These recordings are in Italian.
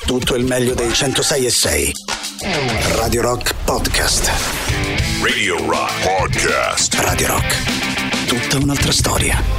Tutto il meglio dei 106.6. Radio Rock Podcast. Radio Rock Podcast. Radio Rock. Tutta un'altra storia.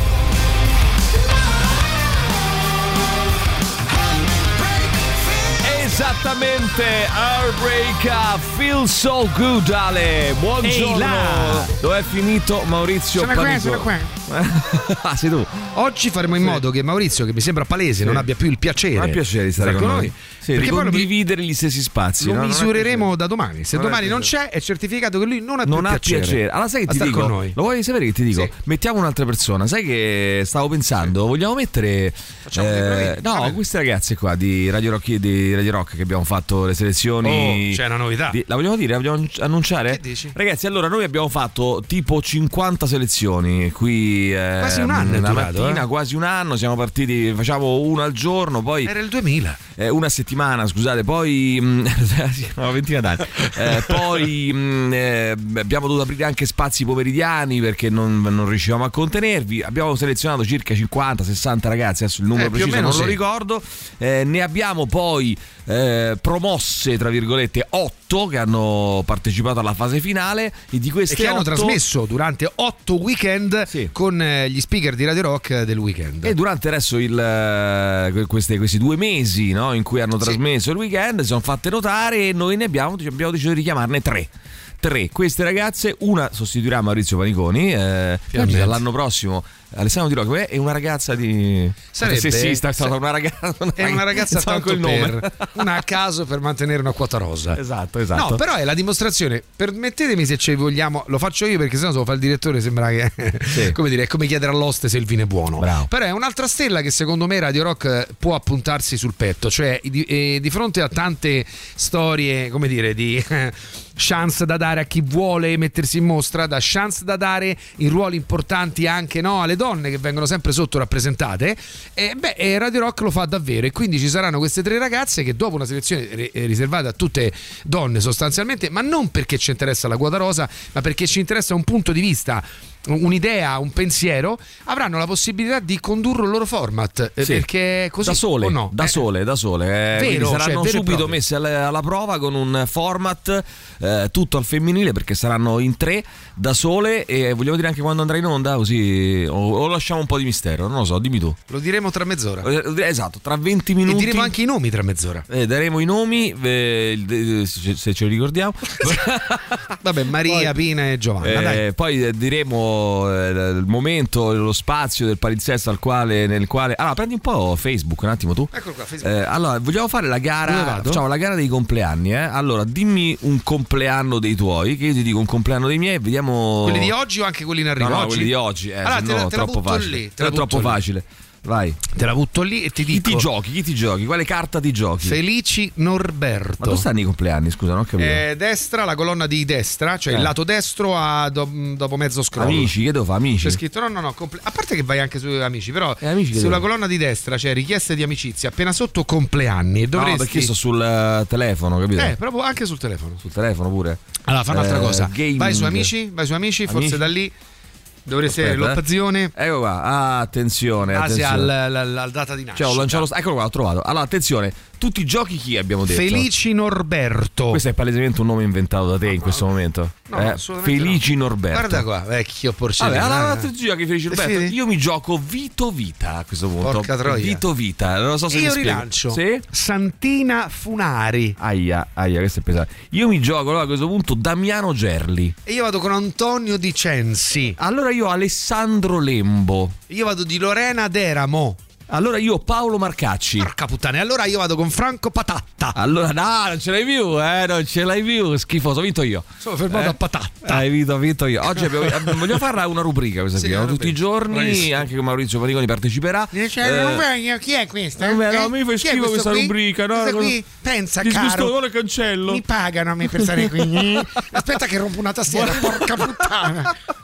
Esattamente, Heartbreak, Feel So Good, Ale. Buongiorno. Dove è finito Maurizio Paniconi? Sono qua. Ah, sei tu. Oggi faremo in modo che Maurizio, che mi sembra palese, non abbia più il piacere. Non ha piacere di stare con noi. Sì, di condividere gli stessi spazi. Lo misureremo da domani. Se domani non c'è, è certificato che lui non ha più piacere. Allora sai che ti dico? Lo vuoi sapere che ti dico? Sì. Mettiamo un'altra persona. Sai che stavo pensando? Vogliamo mettere queste ragazze qua di Radio Rock che abbiamo fatto le selezioni. C'è una novità. La vogliamo dire? La vogliamo annunciare? Che dici? Ragazzi, allora noi abbiamo fatto tipo 50 selezioni qui. Quasi un anno è una durato, mattina, quasi un anno. Siamo partiti, facciamo una al giorno, poi era il 2000. Una settimana, scusate, poi una ventina d'anni. Poi abbiamo dovuto aprire anche spazi pomeridiani perché non riuscivamo a contenervi. Abbiamo selezionato circa 50-60 ragazzi, adesso il numero preciso non lo ricordo. Ne abbiamo poi promosse, tra virgolette, 8 che hanno partecipato alla fase finale e di queste che 8 hanno trasmesso durante 8 weekend con gli speaker di Radio Rock del weekend. E durante adesso questi 2 mesi, no, in cui hanno trasmesso il weekend, si sono fatte notare e noi abbiamo deciso di chiamarne 3. Queste ragazze, una sostituirà Maurizio Paniconi, dall'anno prossimo Alessandro Di Rocca è una ragazza di sessista, è stata una ragazza, è una ragazza tanto il nome, una a caso per mantenere una quota rosa. Esatto. No, però è la dimostrazione. Permettetemi, se ci vogliamo, lo faccio io perché sennò se lo fa il direttore sembra che come dire, è come chiedere all'oste se il vino è buono. Bravo. Però è un'altra stella che secondo me Radio Rock può appuntarsi sul petto, cioè di fronte a tante storie, come dire, di chance da dare a chi vuole mettersi in mostra, da chance da dare in ruoli importanti anche alle donne che vengono sempre sottorappresentate, Radio Rock lo fa davvero, e quindi ci saranno queste 3 ragazze che dopo una selezione riservata a tutte donne sostanzialmente, ma non perché ci interessa la quota rosa, ma perché ci interessa un punto di vista, un'idea, un pensiero, avranno la possibilità di condurre il loro format, perché così da sole, o no? da sole vero, saranno subito messe alla prova con un format tutto al femminile, perché saranno in 3 da sole. E vogliamo dire anche quando andrà in onda, così o lasciamo un po' di mistero, non lo so, dimmi tu. Lo diremo tra mezz'ora. Esatto, tra 20 minuti. E diremo anche i nomi tra mezz'ora. Daremo i nomi, se ce li ricordiamo. Vabbè, Maria, poi, Pina e Giovanna, dai. Poi diremo il momento, lo spazio del palinsesto nel quale allora prendi un po' Facebook un attimo tu. Eccolo qua, Facebook. Allora vogliamo fare la gara, facciamo la gara dei compleanni, Allora dimmi un compleanno dei tuoi, che io ti dico un compleanno dei miei, vediamo. Quelli di oggi o anche quelli in arrivo? No, quelli di oggi, allora, no, troppo facile. Lì, è troppo facile. Vai. Te la butto lì e ti dico. Chi ti giochi? Quale carta ti giochi? Felici Norberto. Ma dove stanno i compleanni? Scusa, non ho capito. Destra, la colonna di destra, cioè il lato destro dopo mezzo scroll. Amici, che devo fare? Amici? C'è scritto no, a parte che vai anche su amici, però amici sulla colonna di destra c'è richieste di amicizia, appena sotto compleanni. No, perché sto sul telefono, capito? Proprio anche sul telefono. Sul telefono pure. Allora, fa un'altra cosa. Gaming. Vai su amici, forse da lì dovreste l'occasione. Ecco qua, attenzione. Alla data di nascita. Cioè, ho lanciato eccolo qua, l'ho trovato. Allora, attenzione, tutti i giochi chi abbiamo detto? Felici Norberto. Questo è palesemente un nome inventato da te in questo momento. No, Felici Norberto. Guarda qua, vecchio porcellino. Allora, tu giochi Felici Norberto. Io mi gioco Vito Vita a questo punto. Porca troia. Vito Vita, non lo so se io mi rilancio. Sì? Santina Funari. Aia, questo è pesante. Io mi gioco allora a questo punto Damiano Gerli. E io vado con Antonio Di Censi. Allora io Alessandro Lembo. Io vado di Lorena Deramo. Allora io Paolo Marcacci. Porca puttana, allora io vado con Franco Patatta. Allora no, non ce l'hai più, non ce l'hai più, schifoso, ho vinto io. Sono fermato a Patatta. Hai vinto io. Oggi vogliamo fare una rubrica questa qui, tutti i giorni, bravissimo. Anche con Maurizio Paniconi parteciperà. Chi è questa? No, mi fa schifo questa rubrica, no? Qui? Pensa, caro. Le cancello. Mi pagano a me per stare qui. Aspetta che rompo una tastiera, porca puttana.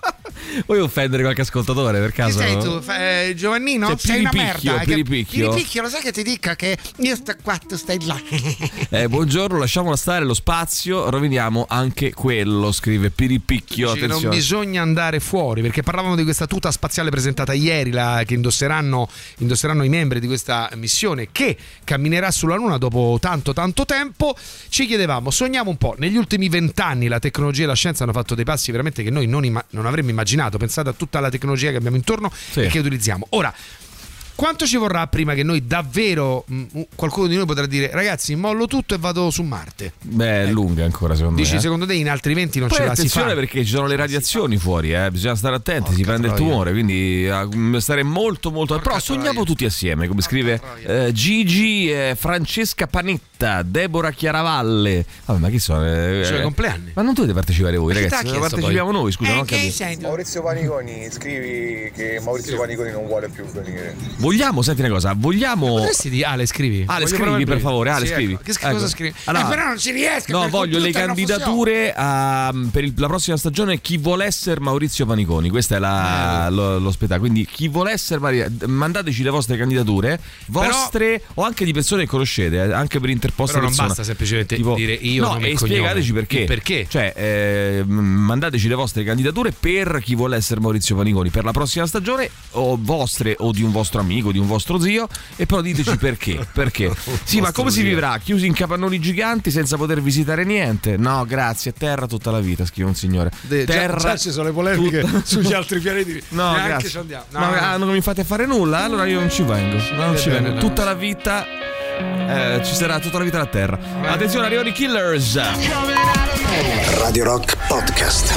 Vuoi offendere qualche ascoltatore per caso? Chi sei tu? Giovannino? Cioè, sei una Piripicchio, merda. Piripicchio. Lo sai che ti dica che io sto qua, tu stai là. Buongiorno, lasciamola stare lo spazio, roviniamo anche quello, scrive Piripicchio. Attenzione. Non bisogna andare fuori, perché parlavamo di questa tuta spaziale presentata ieri, che indosseranno i membri di questa missione che camminerà sulla Luna dopo tanto tempo. Ci chiedevamo, sogniamo un po', negli ultimi 20 anni la tecnologia e la scienza hanno fatto dei passi veramente che noi non avremmo immaginato. Pensate a tutta la tecnologia che abbiamo intorno e che utilizziamo. Ora, quanto ci vorrà prima che noi davvero, qualcuno di noi potrà dire ragazzi mollo tutto e vado su Marte? Beh, è lunga ancora secondo me. Dici secondo te in altri eventi non poi ce la si fa? attenzione perché ci sono le radiazioni fuori, bisogna stare attenti, si prende il tumore, quindi stare molto però sogniamo tutti assieme, come scrive Gigi, Francesca Panetta, Deborah Chiaravalle. Vabbè, ma chi sono? Cioè compleanni. Ma non dovete partecipare voi, ragazzi, partecipiamo noi, scusa, non capisco. Maurizio Paniconi, scrivi che Maurizio Paniconi non vuole più venire. Vogliamo, senti una cosa, potresti di Ale, scrivi? Ale, scrivi per favore, Ale, scrivi. Ecco. Che cosa scrivi? Allora, però non ci riesco. No, voglio le candidature per la prossima stagione. Chi vuole essere Maurizio Paniconi? Questo è lo spettacolo. Quindi chi vuole essere, mandateci le vostre candidature, vostre o anche di persone che conoscete, anche per interposta però persona. Non basta semplicemente dire io no, e spiegateci perché. Perché? Cioè, mandateci le vostre candidature per chi vuole essere Maurizio Paniconi per la prossima stagione, o vostre o di un vostro amico, di un vostro zio, e però diteci perché. Sì, ma come si vivrà? Chiusi in capannoni giganti senza poter visitare niente? No, grazie, terra tutta la vita, scrive un signore. Terra, già ci sono le polemiche sugli altri pianeti. No, grazie. Ci andiamo. Non mi fate fare nulla, allora io non ci vengo. Tutta la vita ci sarà tutta la vita la terra. Attenzione, arrivano i Killers. Radio Rock Podcast.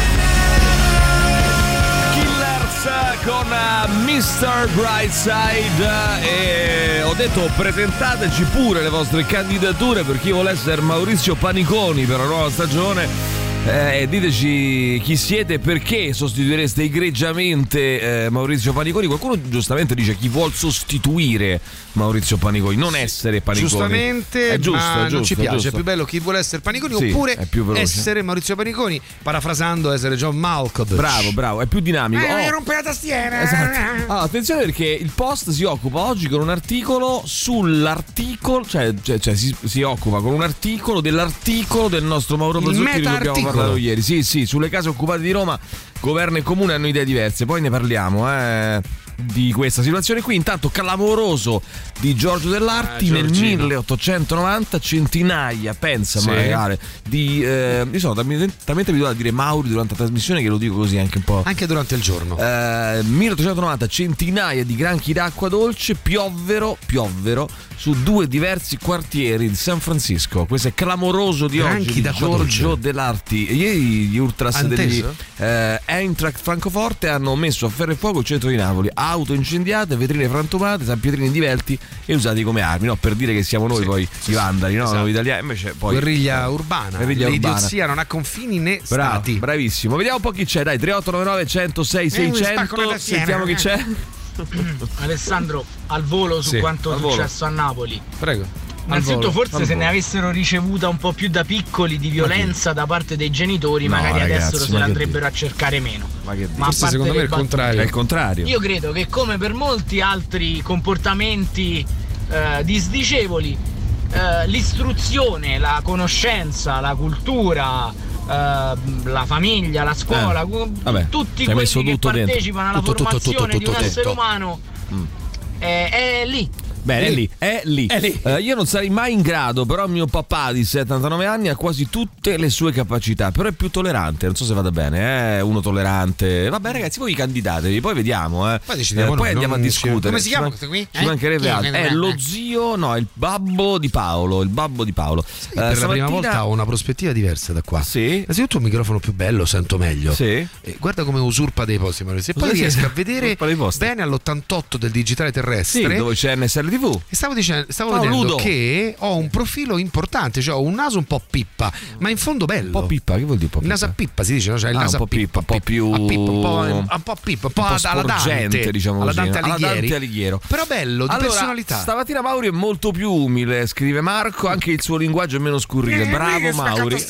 Con Mr. Brightside, e ho detto presentateci pure le vostre candidature per chi vuole essere Maurizio Paniconi per la nuova stagione. Diteci chi siete, perché sostituireste egregiamente Maurizio Paniconi. Qualcuno giustamente dice chi vuol sostituire Maurizio Paniconi, non essere Paniconi. Giustamente, è giusto, ma non ci piace. giusto. È più bello chi vuole essere Paniconi, sì, oppure essere Maurizio Paniconi, parafrasando essere John Malkovich. Bravo, è più dinamico. Mi rompe la tastiera. Esatto. Allora, attenzione, perché il Post si occupa oggi con un articolo sull'articolo, cioè si occupa con un articolo dell'articolo del nostro Mauro Bazzucchi di cui abbiamo parlato ieri. Sì, sulle case occupate di Roma, governo e comune hanno idee diverse, poi ne parliamo di questa situazione qui. Intanto clamoroso di Giorgio Dell'Arti nel 1890, centinaia, pensa magari io sono talmente abituato a dire Mauri durante la trasmissione che lo dico così anche un po', anche durante il giorno. 1890 centinaia di granchi d'acqua dolce piovvero su 2 diversi quartieri di San Francisco. Questo è clamoroso di oggi di Giorgio Dell'Arti. Ieri gli ultras degli Eintracht Francoforte hanno messo a ferro e fuoco il centro di Napoli, auto incendiate, vetrine frantumate, sanpietrini divelti e usati come armi, no? Per dire che siamo noi poi i vandali, no? Esatto. Noi italiani, invece poi guerriglia urbana. L'idiozia non ha confini né stati. Bravissimo. Vediamo un po' chi c'è, dai. 3899 106 600. Sentiamo chi c'è. Alessandro, al volo su quanto è successo a Napoli. Prego. Innanzitutto forse se ne avessero ricevuta un po' più da piccoli di violenza da parte dei genitori, magari adesso se l'andrebbero a cercare meno. Ma forse secondo me è il contrario. Io credo che come per molti altri comportamenti disdicevoli, l'istruzione, la conoscenza, la cultura, la famiglia, la scuola, tutti quelli che partecipano alla formazione di un essere umano è lì. Bene, è lì. Io non sarei mai in grado, però mio papà di 79 anni ha quasi tutte le sue capacità, però è più tollerante, non so se vada bene, è uno tollerante. Vabbè ragazzi, voi candidatevi, poi vediamo. Poi andiamo a discutere. Come si chiama questo qui? Ci mancherebbe altro. È lo zio, no, il babbo di Paolo. Per la prima volta ho una prospettiva diversa da qua. Sì. Innanzitutto un microfono più bello, sento meglio. Sì. Guarda come usurpa dei posti, Maurizio. E poi riesco a vedere bene all'88 del digitale terrestre. Sì, dove c'è NSL TV. E stavo vedendo Ludo. che ho un profilo importante, cioè ho un naso un po' pippa, ma in fondo bello. Un po' pippa, che vuol dire? Il naso a pippa si dice, no? Cioè il naso un po' pippa, un po' più un po' pippa, un po' alla Dante, diciamo alla così, Dante alla Dante Alighiero. Però bello, di personalità. Stamattina Mauri è molto più umile, scrive Marco, anche il suo linguaggio è meno scurrile. Bravo Mauri.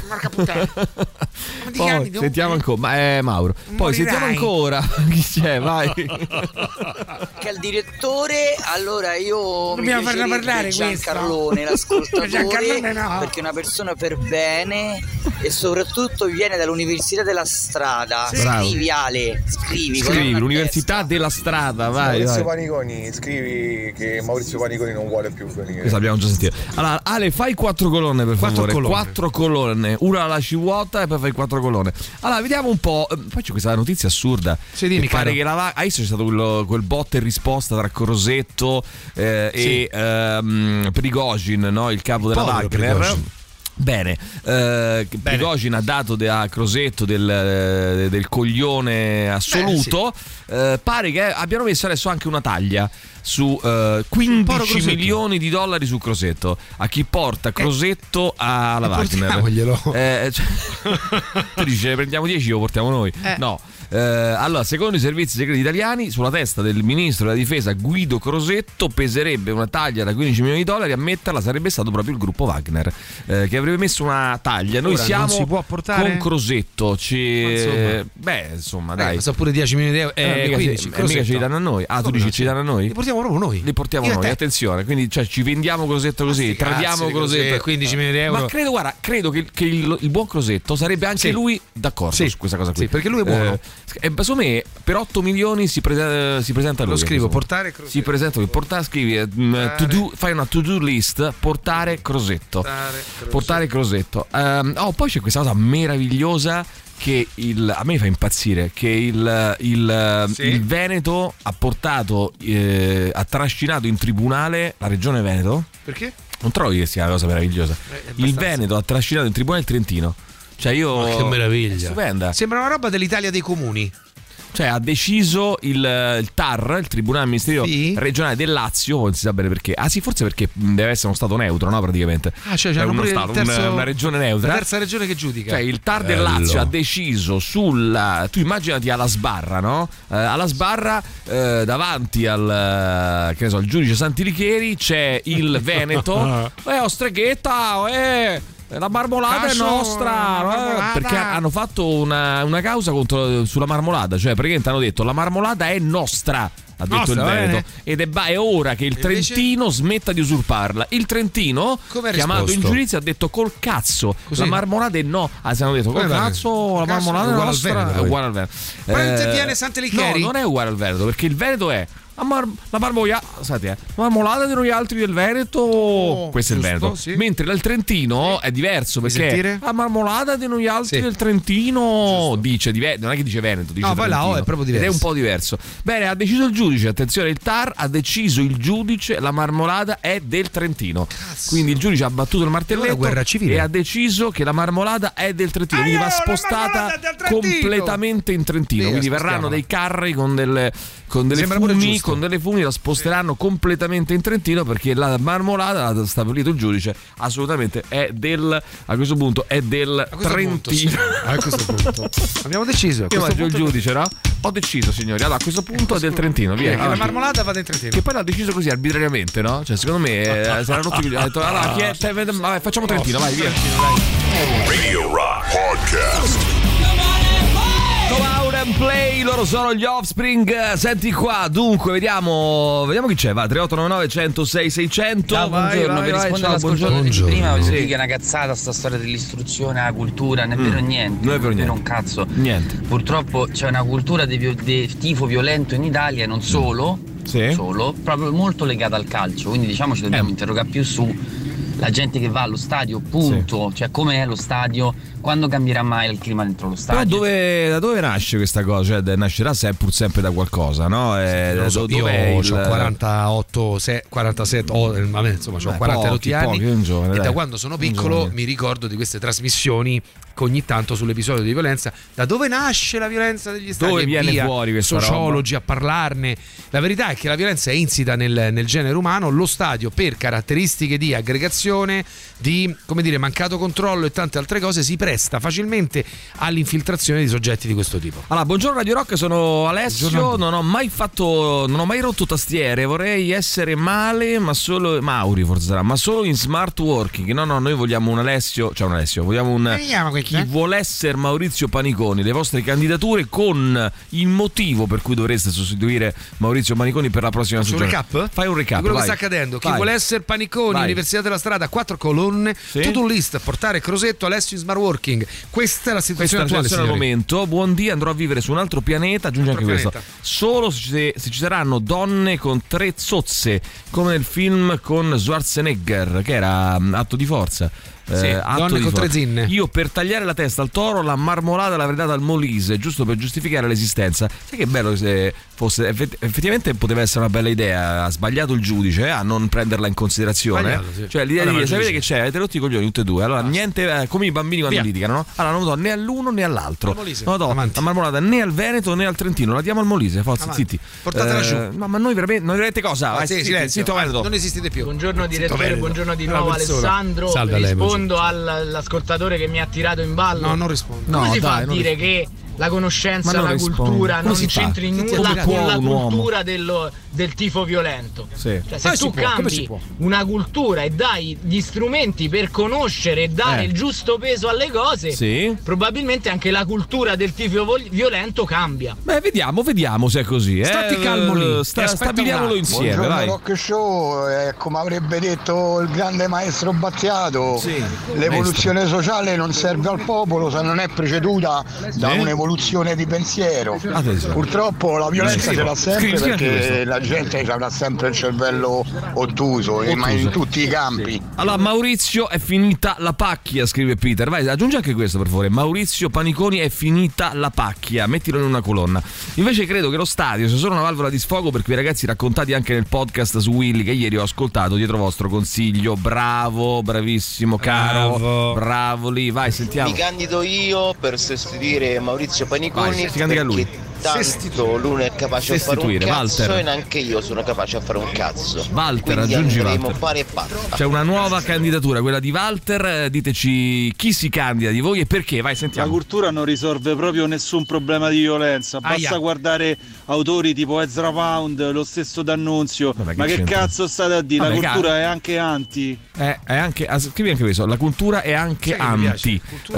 Poi sentiamo ancora, Mauro. Poi sentiamo ancora. Chi c'è? Vai. Che al direttore, allora io dobbiamo mi farla parlare Giancarlone, l'ascoltatore, Giancarlone no. perché è una persona per bene e soprattutto viene dall'Università della Strada. Sì. Scrivi Ale, scrivi l'Università della Strada, vai. Maurizio Paniconi, scrivi che Maurizio Paniconi non vuole più venire. Questo abbiamo già sentito. Allora, Ale, fai 4 colonne per favore. 4 colonne. Una la lasci vuota e poi fai 4 colonne. Allora, vediamo un po'. Poi c'è questa notizia assurda. Sì, dimmi, pare che adesso c'è stato quel botta e risposta tra Crosetto e Prigozhin, no? Il capo della Wagner. Bene, Prigozhin ha dato a Crosetto del coglione assoluto. Pare che abbiano messo adesso anche una taglia su 15 milioni di dollari su Crosetto, a chi porta Crosetto alla Wagner. Tu dici ne prendiamo 10 o portiamo noi? No. Allora, secondo i servizi segreti italiani, sulla testa del ministro della difesa Guido Crosetto peserebbe una taglia da 15 milioni di dollari. A metterla sarebbe stato proprio il gruppo Wagner, che avrebbe messo una taglia. Noi siamo non si può portare con Crosetto. Insomma, dai. So pure 10 milioni di euro. 15, mica ce li danno a noi. Tu dici ci danno a noi? Li portiamo proprio noi. Li portiamo noi, attenzione. Quindi ci vendiamo Crosetto così, tradiamo Crosetto. 15 milioni di euro. Ma credo che il buon Crosetto sarebbe anche lui d'accordo su questa cosa qui. Sì, perché lui è buono. Secondo me per 8 milioni si presenta lui. Lo scrivo, portare Crosetto. Si presenta lui, scrivi fai una to-do list, portare Crosetto. Portare Crosetto. Poi c'è questa cosa meravigliosa che a me fa impazzire, che il Veneto ha portato, ha trascinato in tribunale la regione Veneto. Perché? Non trovi che sia una cosa meravigliosa? Il Veneto ha trascinato in tribunale il Trentino. Cioè che meraviglia. Stupenda. Sembra una roba dell'Italia dei comuni. Cioè ha deciso il TAR, il Tribunale Amministrativo Regionale del Lazio, non si sa bene perché. Forse perché deve essere uno stato neutro, no, praticamente. Cioè uno stato, una regione neutra. La terza regione che giudica. Cioè il TAR del Lazio ha deciso tu immaginati alla sbarra, no? Alla sbarra davanti al giudice Santilicheri c'è il Veneto. Streghetta, la marmolada è nostra, perché hanno fatto una causa sulla marmolada, cioè praticamente hanno detto la marmolada è nostra, ha detto il Veneto, ed è ora che il Trentino smetta di usurparla. Il Trentino, chiamato in giudizio, ha detto col cazzo, la marmolada è no. Si hanno detto col cazzo, la marmolada è nostra, è uguale al Veneto. Poi interviene Sant'Elicheri. No, non è uguale al Veneto, perché il Veneto è la marmolada di noi altri del Veneto, questo è il Veneto, mentre dal Trentino è diverso, perché la marmolada di noi altri del Trentino dice non è che dice Veneto, dice Trentino, la O è proprio diverso, ed è un po' diverso. Bene, ha deciso il giudice, attenzione, il TAR ha deciso, il giudice, la marmolada è del Trentino. Quindi il giudice ha battuto il martelletto e ha deciso che la marmolada è del Trentino, quindi va spostata completamente in Trentino, quindi verranno dei carri con delle funi, la sposteranno completamente in Trentino, perché la marmolada, l'ha stabilito il giudice, assolutamente a questo punto è del Trentino. A questo punto abbiamo deciso. Io immagino il giudice, no? Ho deciso, signori, allora a questo punto è del Trentino, via. La marmolada va del Trentino. Che poi l'ha deciso così arbitrariamente, no? Cioè secondo me saranno tutti, ha detto allora vabbè, facciamo Trentino, vai, via. Radio Rock Podcast. Go out and play, loro sono gli Offspring. Senti qua, dunque vediamo chi c'è. Va, 3899 106 600. Ciao, buongiorno, per rispondere all'ascoltatore di prima voglio dire che è una cazzata sta storia dell'istruzione, la cultura, non è vero niente. Non è vero niente. Un cazzo. Niente. Purtroppo c'è una cultura di tifo violento in Italia, non solo, proprio molto legata al calcio, quindi diciamo ci dobbiamo interrogare più su la gente che va allo stadio, punto. Cioè, com'è lo stadio? Quando cambierà mai il clima dentro lo stadio? Però da dove nasce questa cosa? Cioè, nascerà pur sempre da qualcosa, no? Io ho 48, 47, insomma, ho 48 anni e da quando sono piccolo mi ricordo di queste trasmissioni che ogni tanto sull'episodio di violenza. Da dove nasce la violenza degli stadi? Dove viene fuori questa sociologi a parlarne. La verità è che la violenza è insita nel genere umano. Lo stadio, per caratteristiche di aggregazione, di mancato controllo e tante altre cose, si presta facilmente all'infiltrazione di soggetti di questo tipo. Allora, buongiorno Radio Rock, sono Alessio. Non ho mai rotto tastiere, vorrei essere ma solo Mauri forse sarà, ma solo in smart working. No, noi vogliamo vogliamo chi vuole essere Maurizio Paniconi. Le vostre candidature con il motivo per cui dovreste sostituire Maurizio Paniconi per la prossima stagione. Un recap? Fai un recap. Quello che sta accadendo. Chi vuole essere Paniconi, Università della Strada, 4 colonne, to-do list, portare Crosetto, Alessio in smart working. Questa è la situazione attuale al momento. Buon dia, andrò a vivere su un altro pianeta. Aggiunge anche questo. Solo se ci saranno donne con 3 zozze, come nel film con Schwarzenegger, che era Atto di forza. Donne con 3 zinne. Io per tagliare la testa al toro la marmolata l'avrei data al Molise, giusto per giustificare l'esistenza. Sai che bello se fosse effettivamente poteva essere una bella idea. Ha sbagliato il giudice a non prenderla in considerazione. Cioè l'idea di dire, sapete che c'è, avete rotti i coglioni tutte e due. Allora niente, come i bambini quando litigano, no? Allora non lo do né all'uno né all'altro. Non do la marmolata né al Veneto né al Trentino, la diamo al Molise. Forza, zitti. Portatela giù. Ma noi veramente cosa? Vai, silenzio. Non esistete più. Buongiorno direttore, buongiorno di nuovo Alessandro. Salve, rispondo all'ascoltatore che mi ha tirato in ballo. No, non rispondo. Come si fa a dire che la conoscenza, la cultura non c'entri nulla con la cultura del tifo violento? Cioè, se tu cambi una cultura e dai gli strumenti per conoscere e dare il giusto peso alle cose, probabilmente anche la cultura del tifo violento cambia. Beh, vediamo se è così. Stati calmo lì, stabiliamolo insieme. Buongiorno vai. Rock Show, come avrebbe detto il grande maestro Battiato, l'evoluzione sociale non serve al popolo se non è preceduta da un'evoluzione di pensiero. Purtroppo la violenza ce l'ha sempre perché la gente avrà sempre il cervello ottuso, ma in tutti i campi. Allora, Maurizio, è finita la pacchia, scrive Peter. Vai, aggiungi anche questo per favore. Maurizio Paniconi, è finita la pacchia, mettilo in una colonna. Invece credo che lo stadio sia solo una valvola di sfogo per quei ragazzi raccontati anche nel podcast su Willy che ieri ho ascoltato dietro vostro consiglio. Bravo, bravissimo, caro, bravo lì. Vai, sentiamo. Mi candido io per sostituire Maurizio Paniconi. Si candida lui. Tanto l'uno è capace a fare un cazzo Walter. E neanche io sono capace a fare un cazzo. Walter, quindi aggiungi Walter. Pari e c'è una nuova candidatura, quella di Walter. Diteci chi si candida di voi e perché. Vai, sentiamo. La cultura non risolve proprio nessun problema di violenza. Basta guardare autori tipo Ezra Pound, lo stesso D'Annunzio. Ma che cazzo state a dire? La cultura è anche anti. È anche, scrivi anche questo. La cultura è anche anti.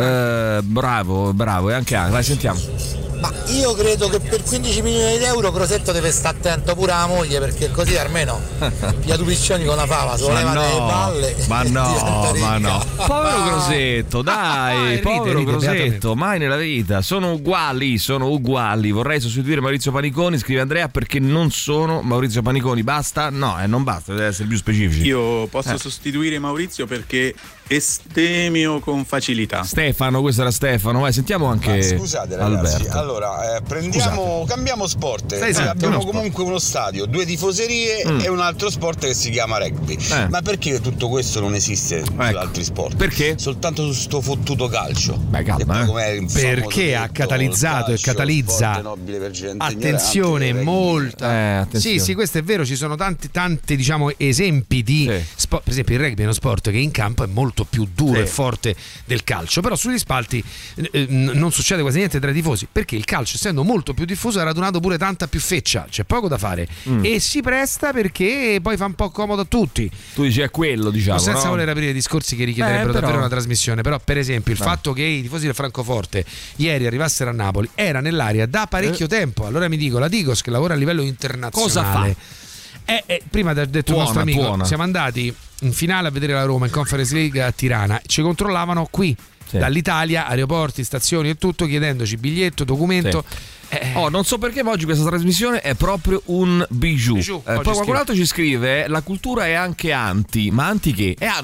Bravo, è anche anti. Vai, sentiamo. Ma io credo che per 15 milioni di euro Crosetto deve stare attento pure alla moglie, perché così almeno pia due piccioni con la fava, se voleva le palle. Ma no. Povero Crosetto, dai, povero Crosetto, mai nella vita. Sono uguali. Vorrei sostituire Maurizio Paniconi, scrive Andrea, perché non sono Maurizio Paniconi. Basta? No, non basta, deve essere più specifici. Io posso sostituire Maurizio perché estemio con facilità. Stefano, questo era Stefano. Vai, sentiamo anche. Scusate ragazzi, Alberto. allora cambiamo sport. Abbiamo comunque uno stadio, 2 tifoserie e un altro sport che si chiama rugby. Ma perché tutto questo non esiste su altri sport? Perché? Soltanto su sto fottuto calcio. Beh, calma, perché ha catalizzato e catalizza attenzione molta. Sì, questo è vero, ci sono tanti diciamo esempi di sport. Per esempio il rugby è uno sport che in campo è molto più duro e forte del calcio, però sugli spalti non succede quasi niente tra i tifosi, perché il calcio, essendo molto più diffuso, ha radunato pure tanta più feccia, c'è poco da fare e si presta perché poi fa un po' comodo a tutti. Tu dici è quello, diciamo, senza voler aprire discorsi che richiederebbero davvero una trasmissione, però per esempio il fatto che i tifosi del Francoforte ieri arrivassero a Napoli era nell'aria da parecchio tempo. Allora mi dico, la Digos che lavora a livello internazionale, cosa fa? Prima ha detto il nostro amico, siamo andati in finale a vedere la Roma in Conference League a Tirana, ci controllavano qui dall'Italia, aeroporti, stazioni e tutto, chiedendoci biglietto, documento. Non so perché, ma oggi questa trasmissione è proprio un bijou. Poi qualcun altro ci scrive: la cultura è anche anti. Ma anti che? È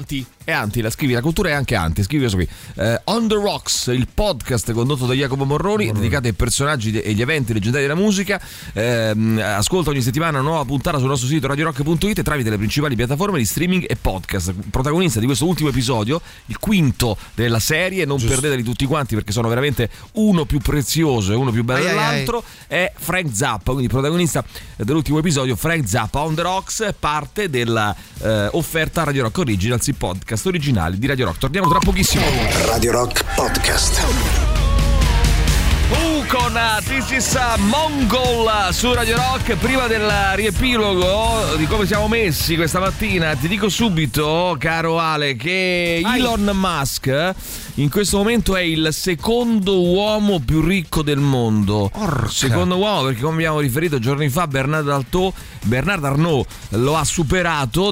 è anti, la cultura è anche anti. Scrivi questo qui. On the Rocks, il podcast condotto da Jacopo Morroni, dedicato ai personaggi e gli eventi leggendari della musica. Ascolta ogni settimana una nuova puntata sul nostro sito radiorock.it e tramite le principali piattaforme di streaming e podcast. Protagonista di questo ultimo episodio, il quinto della serie, non perdeteli tutti quanti perché sono veramente uno più prezioso e uno più bello dell'altro, è Frank Zappa, quindi protagonista dell'ultimo episodio. Frank Zappa, On the Rocks, parte della offerta Radio Rock Originals, i podcast originali di Radio Rock. Torniamo tra pochissimo. Radio Rock Podcast. Con This is Mongol su Radio Rock. Prima del riepilogo di come siamo messi questa mattina, ti dico subito, caro Ale, che Elon Musk in questo momento è il secondo uomo più ricco del mondo. Secondo uomo, perché come abbiamo riferito giorni fa, Bernard Arnault lo ha superato,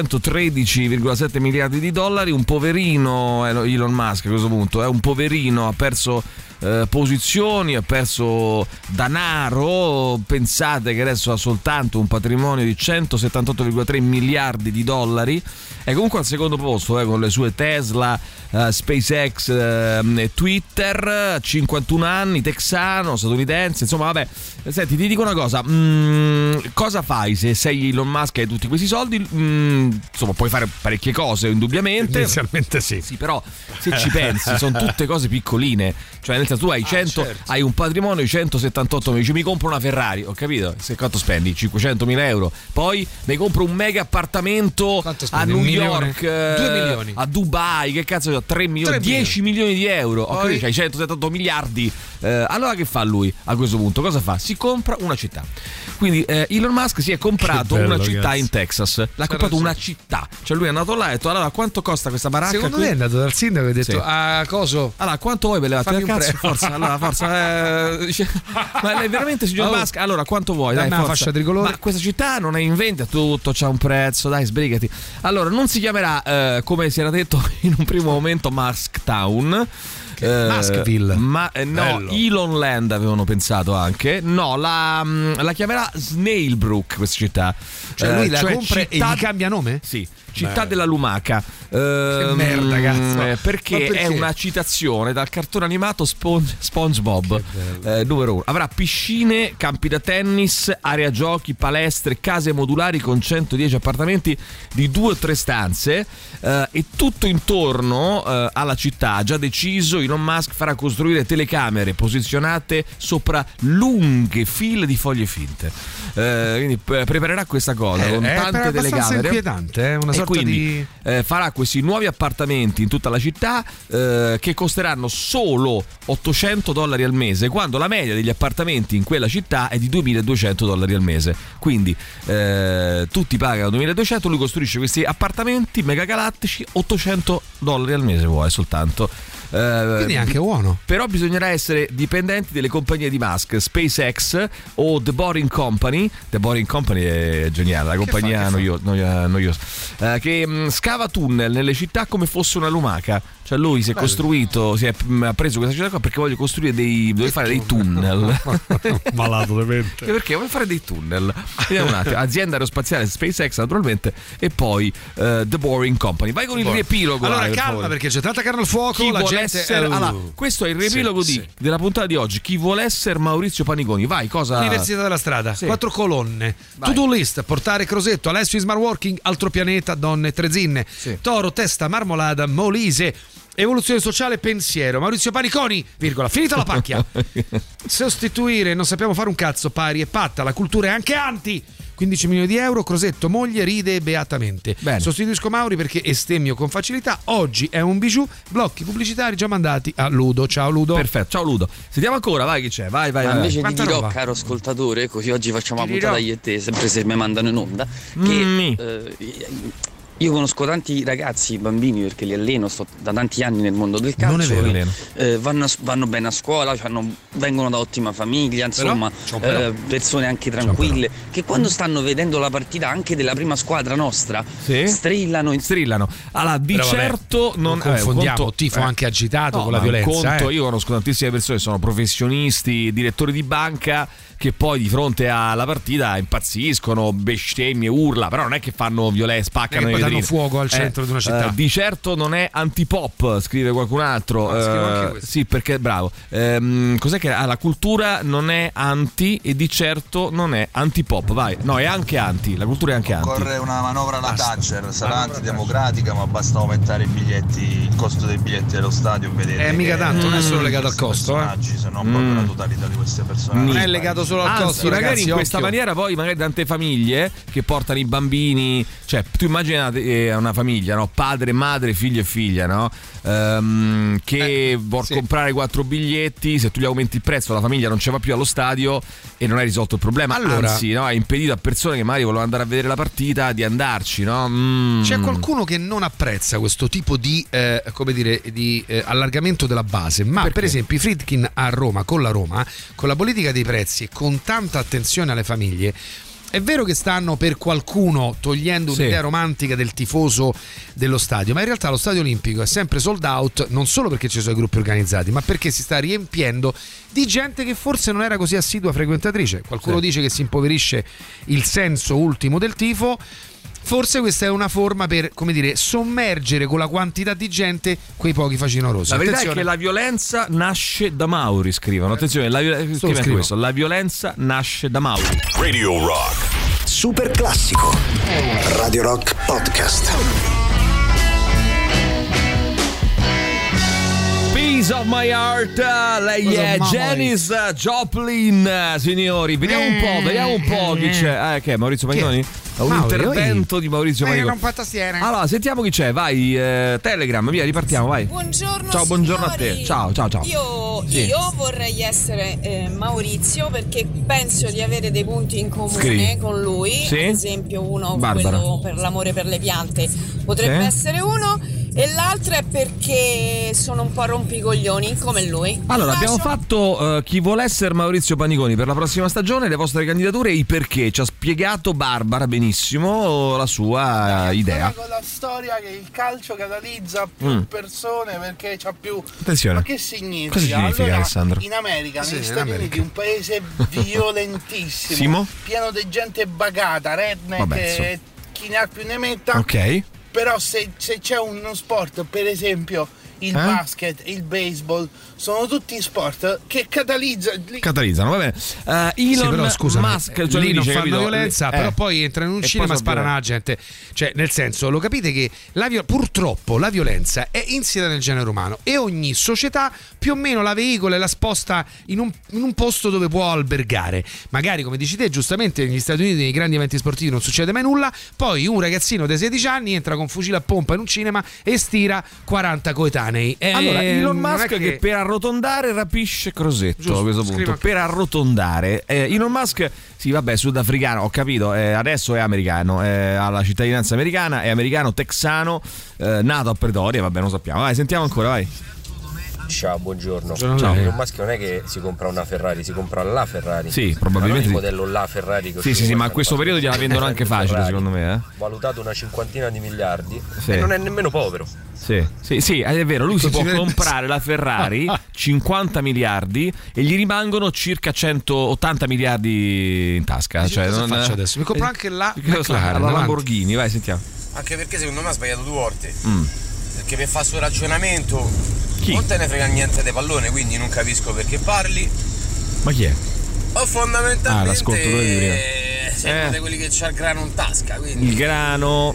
213,7 miliardi di dollari. Un poverino Elon Musk a questo punto, è un poverino, ha perso posizioni, ha perso denaro. Pensate che adesso ha soltanto un patrimonio di 178,3 miliardi di dollari. È comunque al secondo posto con le sue Tesla, SpaceX e Twitter. 51 anni, texano, statunitense. Insomma, vabbè, senti, ti dico una cosa. Cosa fai se sei Elon Musk e hai tutti questi soldi? Insomma, puoi fare parecchie cose, indubbiamente. Tendenzialmente sì. Sì, però se ci pensi sono tutte cose piccoline. Cioè, nel senso, tu hai hai un patrimonio di 178 milioni. Mi compro una Ferrari, ho capito? Se quanto spendi? 500.000 euro. Poi mi compro un mega appartamento a New York, 2 milioni. A Dubai, che cazzo c'ho? 3 milioni, 10 milioni di euro. Ok, c'hai 178 miliardi. Allora che fa lui a questo punto? Cosa fa? Si compra una città. Quindi Elon Musk si è comprato una città in Texas. L'ha comprato una città. Cioè lui è andato là e ha detto: allora quanto costa questa baracca? Secondo me è andato dal sindaco e ha detto: a coso? Allora, quanto vuoi per levarti il cazzo? Forza, allora forza. Ma è veramente signor Musk? Allora, quanto vuoi? Dai, una fascia tricolore. Ma questa città non è in vendita, tutto c'ha un prezzo, dai, sbrigati. Allora, non si chiamerà come si era detto in un primo momento Musk Town. Muskville. No, Elon Land avevano pensato anche. No, la chiamerà Snailbrook questa città. Cioè lui la compra e gli cambia nome? Sì. Città della lumaca. Che merda, cazzo. Perché è una citazione dal cartone animato SpongeBob. Numero 1. Avrà piscine, campi da tennis, area giochi, palestre, case modulari con 110 appartamenti di 2 o 3 stanze, e tutto intorno alla città. Già deciso, Elon Musk farà costruire telecamere posizionate sopra lunghe file di foglie finte. Quindi preparerà questa cosa con tante telecamere. È abbastanza inquietante, una sorta quindi farà questi nuovi appartamenti in tutta la città che costeranno solo $800 al mese, quando la media degli appartamenti in quella città è di $2.200 al mese. Quindi tutti pagano $2.200, lui costruisce questi appartamenti megagalattici, $800 al mese vuole soltanto. Quindi è anche buono. Però bisognerà essere dipendenti delle compagnie di Musk, SpaceX o The Boring Company. The Boring Company è geniale, la compagnia noiosa, che scava tunnel nelle città come fosse una lumaca. Cioè lui si è costruito, ha preso questa città qua perché voglio costruire deve fare dei tunnel. Malato di mente. Perché vuole fare dei tunnel? Vediamo un attimo. Azienda aerospaziale SpaceX naturalmente, e poi The Boring Company. Vai con il riepilogo. Allora calma, perché c'è tanta carne al fuoco. La gente allora, questo è il riepilogo della puntata di oggi. Chi vuole essere Maurizio Paniconi? Vai, cosa? Università della strada, 4 colonne. To-do list: portare Crosetto, Alessio Smart Working, Altro Pianeta, Donne Trezinne, Toro, Testa, Marmolada, Molise, Evoluzione sociale, pensiero. Maurizio Paniconi, virgola, finita la pacchia. Sostituire non sappiamo fare un cazzo, pari e patta. La cultura è anche anti. 15 milioni di euro. Crosetto, moglie, ride beatamente. Bene. Sostituisco Mauri perché estemmio con facilità. Oggi è un bijou. Blocchi pubblicitari già mandati a Ludo. Ciao Ludo. Perfetto, ciao Ludo. Sentiamo ancora, vai, chi c'è? Vai. Invece ti dirò, caro ascoltatore, così oggi facciamo la puntata io e te, sempre se mi mandano in onda, che io conosco tanti ragazzi, bambini, perché li alleno, sto da tanti anni nel mondo del calcio. Non è vero. Vanno bene a scuola, vengono da ottima famiglia, insomma, persone anche tranquille, che quando stanno vedendo la partita anche della prima squadra nostra strillano. Allora, di certo non confondiamo tifo anche agitato con la violenza. Io conosco tantissime persone che sono professionisti, direttori di banca, che poi di fronte alla partita impazziscono, bestemmie, urla, però non è che fanno violenza, spaccano danno fuoco al centro di una città. Di certo non è antipop, scrive qualcun altro. Sì, perché bravo. Cos'è che la cultura non è anti e di certo non è antipop. Vai, no, è anche anti. La cultura è anche anti. Occorre una manovra alla Thatcher, sarà antidemocratica, ma basta aumentare il costo dei biglietti dello stadio. Vedete, mica tanto, non è solo legato al costo. Se no, proprio la totalità di queste persone non è legato solo al costo. Magari ragazzi, in questa maniera poi magari tante famiglie che portano i bambini, cioè tu immaginate una famiglia, no? Padre, madre, figlio e figlia, no? Che vuol comprare 4 biglietti, se tu gli aumenti il prezzo la famiglia non ce va più allo stadio e non hai risolto il problema, allora, anzi, no? Hai impedito a persone che magari volevano andare a vedere la partita di andarci, no? C'è qualcuno che non apprezza questo tipo di allargamento della base, ma per esempio i Friedkin a Roma, con la politica dei prezzi e con tanta attenzione alle famiglie, è vero che stanno per qualcuno togliendo un'idea romantica del tifoso dello stadio, ma in realtà lo stadio olimpico è sempre sold out, non solo perché ci sono i gruppi organizzati, ma perché si sta riempiendo di gente che forse non era così assidua frequentatrice. Qualcuno dice che si impoverisce il senso ultimo del tifo. Forse questa è una forma per, come dire, sommergere con la quantità di gente quei pochi facinorosi. La verità è che la violenza nasce da Mauri, scrivono. Attenzione, la violenza nasce da Mauri. Radio Rock. Super classico. Radio Rock Podcast. Piece of my heart, lei è Janis Joplin, signori. Vediamo un po' chi c'è. Che è Maurizio Pagnoni? Un intervento di Maurizio Pagnoni. Allora, sentiamo chi c'è. Vai, Telegram, via, ripartiamo, vai. Buongiorno. Ciao, buongiorno a te. Ciao. Io vorrei essere Maurizio, perché penso di avere dei punti in comune con lui. Ad esempio, uno, quello per l'amore per le piante, potrebbe essere uno. E l'altra è perché sono un po' rompicoglioni come lui. Allora, abbiamo fatto chi vuole essere Maurizio Paniconi per la prossima stagione, le vostre candidature e i perché. Ci ha spiegato Barbara benissimo la sua idea. Con la storia che il calcio catalizza più persone perché c'ha più. Attenzione. Ma che significa? Cosa significa, allora, Alessandro? In America, negli Stati Uniti, un paese violentissimo, pieno di gente bagata, redneck, chi ne ha più ne metta. Ok. Però se c'è uno sport, per esempio il basket, il baseball, sono tutti sport che catalizzano, va bene. Elon Musk, lì non fanno violenza, però poi entrano in un cinema e sparano la gente. Cioè, nel senso, lo capite che purtroppo la violenza è insita nel genere umano e ogni società più o meno la veicola e la sposta in un posto dove può albergare. Magari, come dici te, giustamente negli Stati Uniti, nei grandi eventi sportivi non succede mai nulla, poi un ragazzino dei 16 anni entra con fucile a pompa in un cinema e stira 40 coetanei. Allora, Elon Musk che per arrotondare rapisce Crosetto, a questo punto. Per arrotondare Elon Musk, sì, vabbè, sudafricano, ho capito, adesso è americano, ha la cittadinanza americana, è americano texano, nato a Pretoria, vabbè, lo sappiamo. Vai, sentiamo ancora, vai. Ciao, buongiorno. Ciao. Elon Musk non è che si compra una Ferrari, si compra la Ferrari. Sì, probabilmente. Il modello la Ferrari. Sì, ma a questo periodo gliela vendono anche facile, Ferrari, secondo me. Valutato una cinquantina di miliardi e non è nemmeno povero. Sì, è vero, lui si può comprare la Ferrari 50 miliardi e gli rimangono circa 180 miliardi in tasca. Cioè, cosa faccio adesso? Mi compro anche la Lamborghini, vai, sentiamo. Anche perché secondo me ha sbagliato 2 volte. Perché per fare il suo ragionamento non te ne frega niente dei pallone, quindi non capisco perché parli. Ma chi è? O fondamentalmente l'ascolto sei uno di quelli che c'ha il grano in tasca, quindi. Il grano.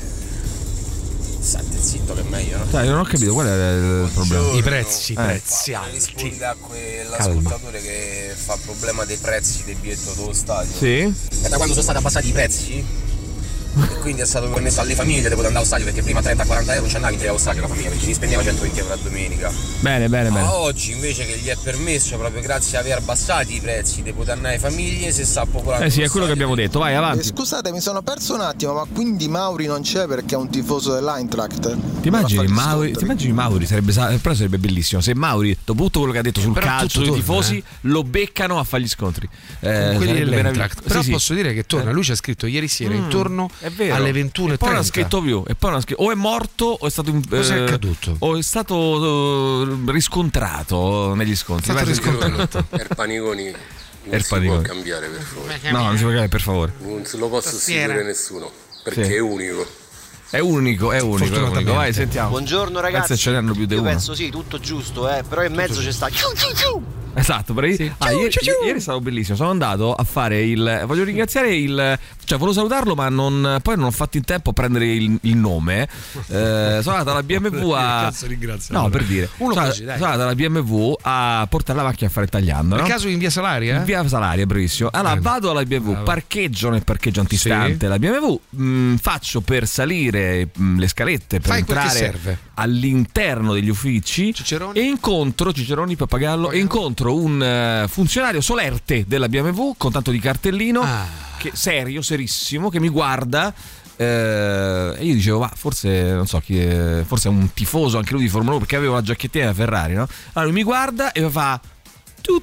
State zitto che è meglio, no? Dai, non ho capito qual è il problema. I prezzi alti. Risponde a quell'ascoltatore che fa problema dei prezzi del biglietto dello stadio. Sì. E da quando sono stati abbassati i prezzi? E quindi è stato permesso alle famiglie di poter andare allo stadio, perché prima 30-40 euro ci andavi in allo stadio la famiglia, perché si spendeva 120 euro a domenica. Bene. Ma oggi invece che gli è permesso, proprio grazie a aver abbassato i prezzi, di poter andare alle famiglie, se sta popolando. Sì, è quello che abbiamo detto, vai avanti. Scusate, mi sono perso un attimo, ma quindi Mauri non c'è perché è un tifoso dell'Eintracht? Ti immagini Mauri? Sarebbe bellissimo se Mauri, dopo tutto quello che ha detto sul calcio, sui tifosi, lo beccano a fare gli scontri. Quelli dell'Eintracht. Però posso dire che torna, lui ci ha scritto ieri sera intorno alle 21:30. E poi non ha scritto più, o è morto o è stato cosa è accaduto? O è stato riscontrato negli scontri. Erpaniconi non si può cambiare, per favore. No, non si può cambiare, per favore. Non se lo posso assicurare nessuno, perché è unico. È unico. Vai, sentiamo. Buongiorno ragazzi. Penso ce n'erano più di Io uno. penso sì, tutto giusto, però in mezzo c'è sta Esatto, sì. Ieri è stato bellissimo. Sono andato a fare voglio ringraziare volevo salutarlo, ma poi non ho fatto in tempo a prendere il nome. Sono andato alla BMW per dire. Sono andato alla BMW a portare la macchina a fare il tagliando. Per no? caso in via Salaria? In via Salaria, bravissimo. Allora vado alla BMW, parcheggio nel parcheggio antistante la BMW, faccio per salire le scalette per entrare all'interno degli uffici Ciceroni? E incontro Ciceroni, Pappagallo, e incontro un funzionario solerte della BMW con tanto di cartellino, serissimo, che mi guarda. E io dicevo, ma forse non so chi è, forse è un tifoso anche lui di Formula 1, perché avevo la giacchettina da Ferrari, no? Allora lui mi guarda e mi fa tu.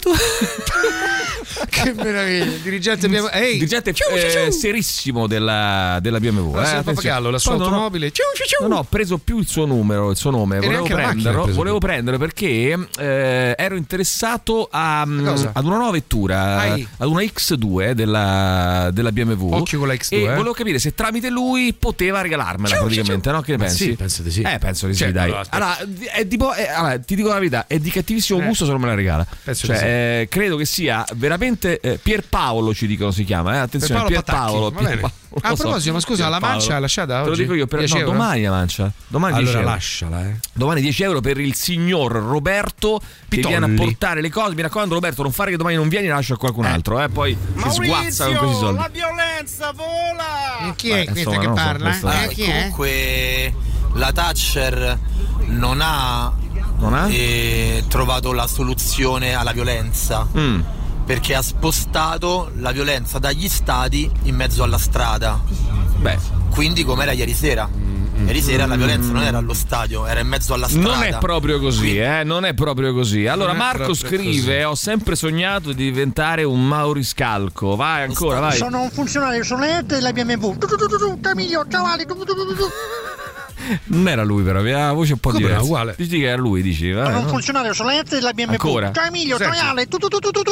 Che meraviglia, dirigente serissimo della BMW. Pappagallo, la sua automobile. Non ho preso più il suo nome. Volevo prenderlo perché ero interessato ad una nuova vettura, ad una X2 della BMW. Occhio con la X2. E volevo capire se tramite lui poteva regalarmela praticamente, no? Che ne pensi? Sì, penso di sì. Penso di sì, dai. Allora, ti dico la verità, è di cattivissimo gusto se non me la regala. Credo che sia veramente Pierpaolo, ci dicono si chiama, attenzione, Pierpaolo. A proposito, ma scusa, la mancia lasciata oggi? Te lo dico io, domani la mancia. Domani allora 10 lasciala. Domani 10 euro per il signor Roberto che viene a portare le cose. Mi raccomando, Roberto, non fare che domani non vieni, lascia a qualcun altro, poi si sguazza con questi soldi. La violenza vola! Chi è questa che parla? Chi è? Comunque la Thatcher non ha trovato la soluzione alla violenza, perché ha spostato la violenza dagli stadi in mezzo alla strada. Quindi com'era ieri sera? Ieri sera la violenza non era allo stadio, era in mezzo alla strada. Non è proprio così, non è proprio così. Allora Marco scrive: ho sempre sognato di diventare un mauriscalco. Vai ancora, vai. Sono un funzionario solente della BMW. Camillo, cavali. Non era lui, però aveva la voce un po' diversa. Uguale. Dici che era lui, dici. Sono un funzionario solente della BMW. Ancora? Camillo, Troiale, tu.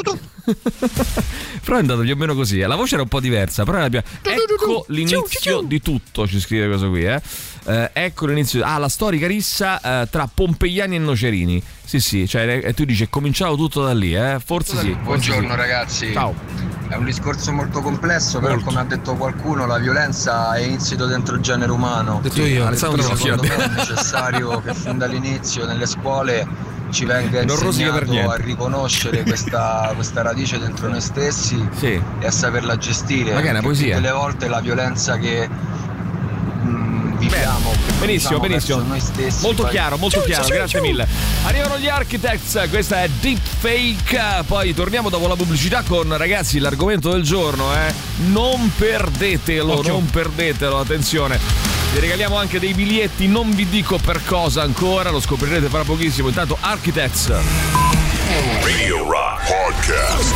Però è andato più o meno così. La voce era un po' diversa, però ecco l'inizio di tutto, ci scrive questo qui, ecco l'inizio. La storica rissa tra pompeiani e nocerini. Sì, cioè tu dici è cominciato tutto da lì, forse sì. Buongiorno ragazzi. Ciao. È un discorso molto complesso, però come ha detto qualcuno, la violenza è insito dentro il genere umano. Detto io, secondo me è necessario che fin dall'inizio nelle scuole ci venga insegnato a riconoscere questa radice dentro noi stessi e a saperla gestire. Magari è una poesia. Tutte le volte la violenza che viviamo, benissimo. Noi stessi, molto chiaro, grazie mille. Arrivano gli Architects, questa è Deepfake. Poi torniamo dopo la pubblicità con, ragazzi, l'argomento del giorno, non perdetelo, attenzione. Vi regaliamo anche dei biglietti, non vi dico per cosa ancora, lo scoprirete fra pochissimo. Intanto Architects. Radio Rock Podcast.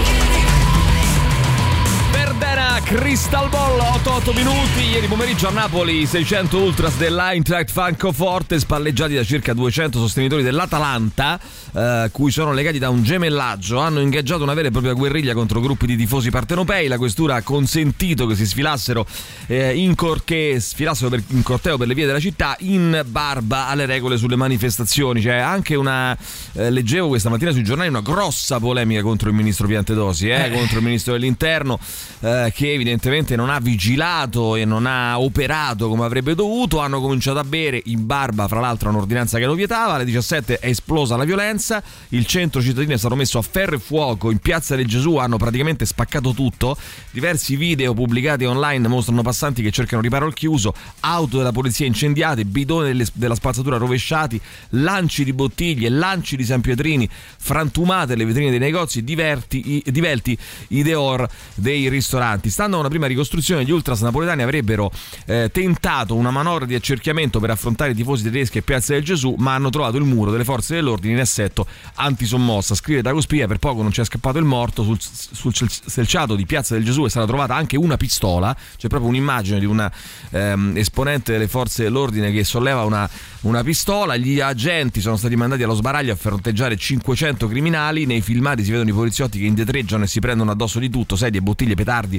Verdena, Crystal Ball, 8 minuti. Ieri pomeriggio a Napoli 600 ultras dell'Eintracht Francoforte spalleggiati da circa 200 sostenitori dell'Atalanta, cui sono legati da un gemellaggio, hanno ingaggiato una vera e propria guerriglia contro gruppi di tifosi partenopei. La questura ha consentito che si sfilassero in corteo per le vie della città in barba alle regole sulle manifestazioni. C'è anche leggevo questa mattina sui giornali, una grossa polemica contro il ministro Piantedosi, contro il ministro dell'Interno, che evidentemente non ha vigilato e non ha operato come avrebbe dovuto. Hanno cominciato a bere in barba, fra l'altro, un'ordinanza che lo vietava. Alle 17 è esplosa la violenza, il centro cittadino è stato messo a ferro e fuoco, in Piazza del Gesù hanno praticamente spaccato tutto. Diversi video pubblicati online mostrano passanti che cercano riparo al chiuso, auto della polizia incendiate, bidoni della spazzatura rovesciati, lanci di bottiglie, lanci di sanpietrini, frantumate le vetrine dei negozi, divelti i deor dei ristoranti. Stando a una prima ricostruzione, gli ultras napoletani avrebbero tentato una manovra di accerchiamento per affrontare i tifosi tedeschi e Piazza del Gesù, ma hanno trovato il muro delle forze dell'ordine in assetto antisommossa. Scrive Dago Spia: per poco non c'è scappato il morto. Sul selciato di Piazza del Gesù è stata trovata anche una pistola, c'è proprio un'immagine di una esponente delle forze dell'ordine che solleva una pistola. Gli agenti sono stati mandati allo sbaraglio a fronteggiare 500 criminali. Nei filmati si vedono i poliziotti che indietreggiano e si prendono addosso di tutto: sedie, bottiglie, petardi,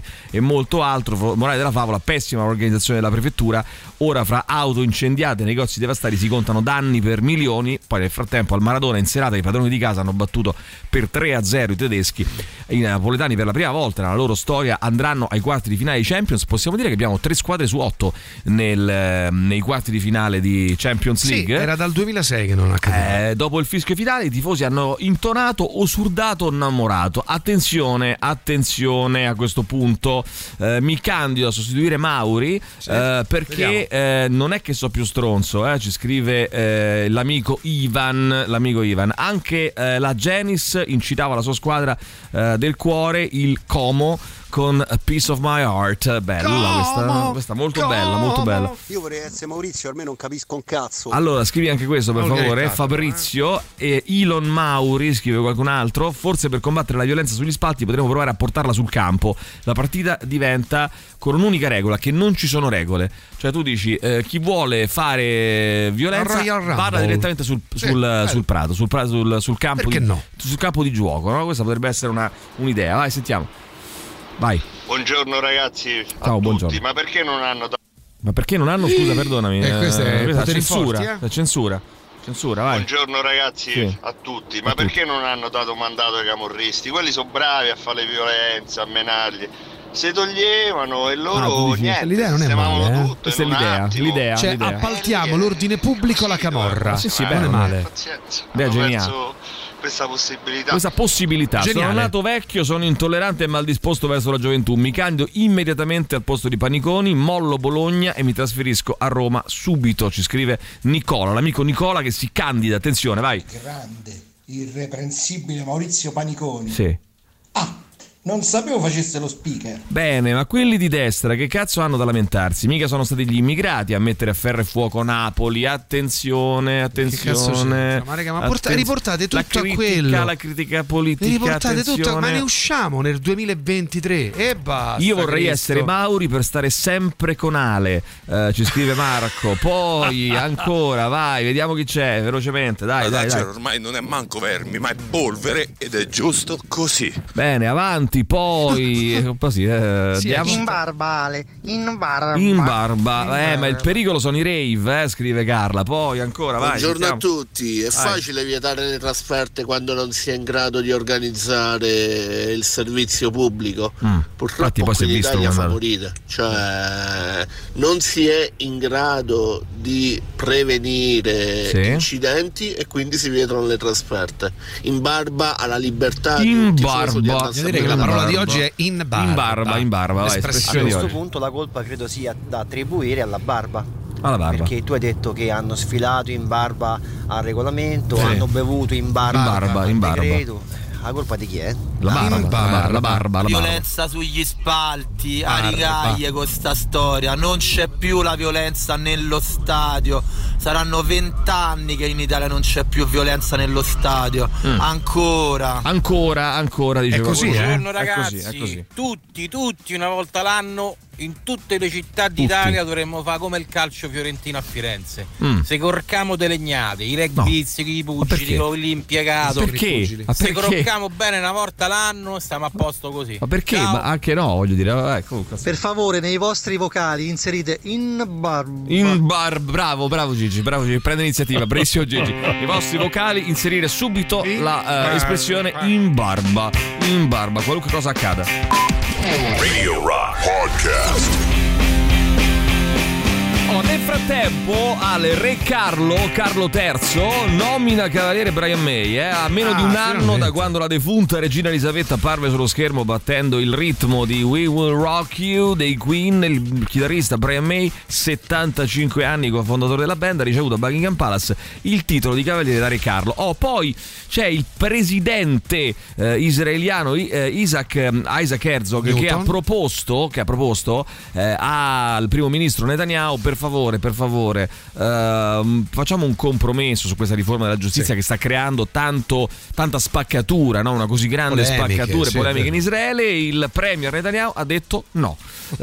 e molto altro. Morale della favola: pessima organizzazione della prefettura, ora fra auto incendiate e negozi devastati si contano danni per milioni. Poi nel frattempo al Maradona in serata i padroni di casa hanno battuto per 3-0 i tedeschi. I napoletani per la prima volta nella loro storia andranno ai quarti di finale di Champions. Possiamo dire che abbiamo 3 squadre su 8 nei quarti di finale di Champions League. Sì, era dal 2006 che non accadeva. Dopo il fischio finale i tifosi hanno intonato "Osurdato innamorato". Attenzione a questo punto, mi candido a sostituire Mauri, perché non è che so più stronzo, ci scrive l'amico Ivan. Anche la Genis incitava la sua squadra del cuore, il Como, con A Piece of My Heart. Bella questa molto bella. Io vorrei essere Maurizio, almeno non capisco un cazzo. Allora scrivi anche questo per favore, Fabrizio. E Elon Mauri, scrive qualcun altro: forse per combattere la violenza sugli spalti potremmo provare a portarla sul campo. La partita diventa con un'unica regola, che non ci sono regole. Cioè tu dici chi vuole fare violenza vada direttamente sul prato, sul campo. Perché no? Sul campo di gioco, no? Questa potrebbe essere un'idea. Vai, sentiamo. Vai. Buongiorno ragazzi. Ciao, buongiorno. Ma perché non hanno Scusa, perdonami. Questa è censura. Vai. Buongiorno ragazzi a tutti. Ma perché non hanno dato mandato ai camorristi? Quelli sono bravi a fare le violenze, a menarli. Se toglievano e loro niente. L'idea non è male, tutto. Questa è l'idea. Cioè appaltiamo l'ordine pubblico alla camorra. Sì, non è male. Beh, geniale. Questa possibilità. Sono nato vecchio, sono intollerante e mal disposto verso la gioventù. Mi candido immediatamente al posto di Paniconi, mollo Bologna e mi trasferisco a Roma subito. Ci scrive Nicola, l'amico Nicola che si candida. Attenzione, vai. Grande, irreprensibile Maurizio Paniconi. Sì. Non sapevo facesse lo speaker. Bene, ma quelli di destra che cazzo hanno da lamentarsi? Mica sono stati gli immigrati a mettere a ferro e fuoco Napoli. Attenzione. Ma raga, riportate tutto a quello. La critica politica. Riportate tutto, ma ne usciamo nel 2023 e basta. Io vorrei essere Mauri per stare sempre con Ale. Ci scrive Marco. Poi ancora, vai, vediamo chi c'è velocemente. Dai. Ormai non è manco vermi, ma è polvere ed è giusto così. Bene, avanti. Poi così, in barba. Ma il pericolo sono i rave, scrive Carla. Poi ancora, vai. Buongiorno a tutti. È facile vietare le trasferte quando non si è in grado di organizzare il servizio pubblico. Purtroppo qui in Italia favorite. Cioè non si è in grado di prevenire incidenti e quindi si vietano le trasferte. In barba alla libertà in di barba. La parola di oggi è in barba. A questo punto la colpa credo sia da attribuire alla barba. Perché tu hai detto che hanno sfilato in barba al regolamento, hanno bevuto in barba al decreto. La colpa di chi è? La barba. Violenza sugli spalti, a rigaglie con sta storia. Non c'è più la violenza nello stadio. Saranno 20 anni che in Italia non c'è più violenza nello stadio. Ancora dice. È così, Buongiorno ragazzi. È così. Tutti una volta l'anno in tutte le città d'Italia dovremmo fare come il calcio fiorentino a Firenze. Se corcamo delle legnate, i rugbisti, i pugili, l'impiegato. Perché? Se corcamo bene una volta l'anno stiamo a posto così. Ma perché? Ciao. Ma anche no, voglio dire. Comunque. Per favore, nei vostri vocali inserite in barba. Bravo Gigi, prende l'iniziativa. Bravissimo Gigi. I vostri vocali inserire subito la espressione in barba, qualunque cosa accada. Radio Rock Podcast. Nel frattempo Ale Re Carlo III nomina cavaliere Brian May a meno di un anno da quando la defunta regina Elisabetta apparve sullo schermo battendo il ritmo di We Will Rock You dei Queen. Il chitarrista Brian May, 75 anni, cofondatore della band, ha ricevuto a Buckingham Palace il titolo di cavaliere da Re Carlo. Poi c'è il presidente israeliano Isaac Herzog che ha proposto al primo ministro Netanyahu per favore, facciamo un compromesso su questa riforma della giustizia che sta creando tanta spaccatura, no? Una così grande polemiche in Israele. Il premier Netanyahu ha detto no,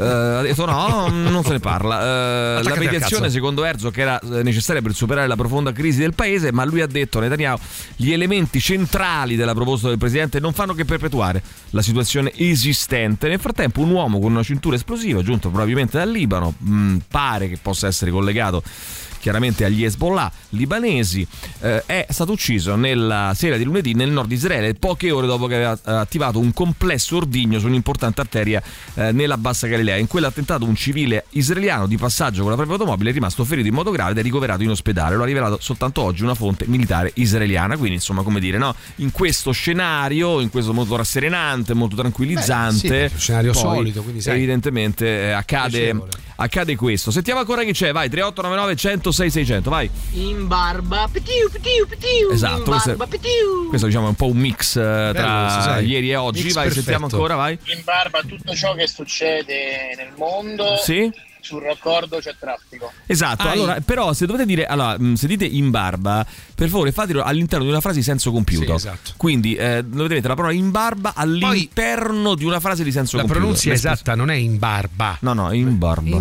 non se ne parla. La mediazione secondo Herzog era necessaria per superare la profonda crisi del paese, ma lui ha detto, Netanyahu, gli elementi centrali della proposta del presidente non fanno che perpetuare la situazione esistente. Nel frattempo un uomo con una cintura esplosiva, giunto probabilmente dal Libano, pare che possa essere collegato chiaramente agli Hezbollah libanesi, è stato ucciso nella sera di lunedì nel nord di Israele, poche ore dopo che aveva attivato un complesso ordigno su un'importante arteria nella Bassa Galilea. In quell'attentato un civile israeliano di passaggio con la propria automobile è rimasto ferito in modo grave ed è ricoverato in ospedale. Lo ha rivelato soltanto oggi una fonte militare israeliana. Quindi insomma, come dire, no? In questo scenario, in questo molto rasserenante, molto tranquillizzante, scenario solito, quindi evidentemente accade questo. Sentiamo ancora chi c'è, vai, 3899 106 600, vai. In barba, esatto, questo diciamo è un po' un mix tra ieri e oggi. Vai, perfetto. Sentiamo ancora, vai. In barba tutto ciò che succede nel mondo. Sì. Sul raccordo c'è traffico. Esatto, allora, però se dovete dire, se dite in barba, per favore fatelo all'interno di una frase di senso compiuto. Sì, esatto. Quindi dovete mettere la parola in barba all'interno di una frase di senso compiuto. La pronuncia esatta non è in barba. No, in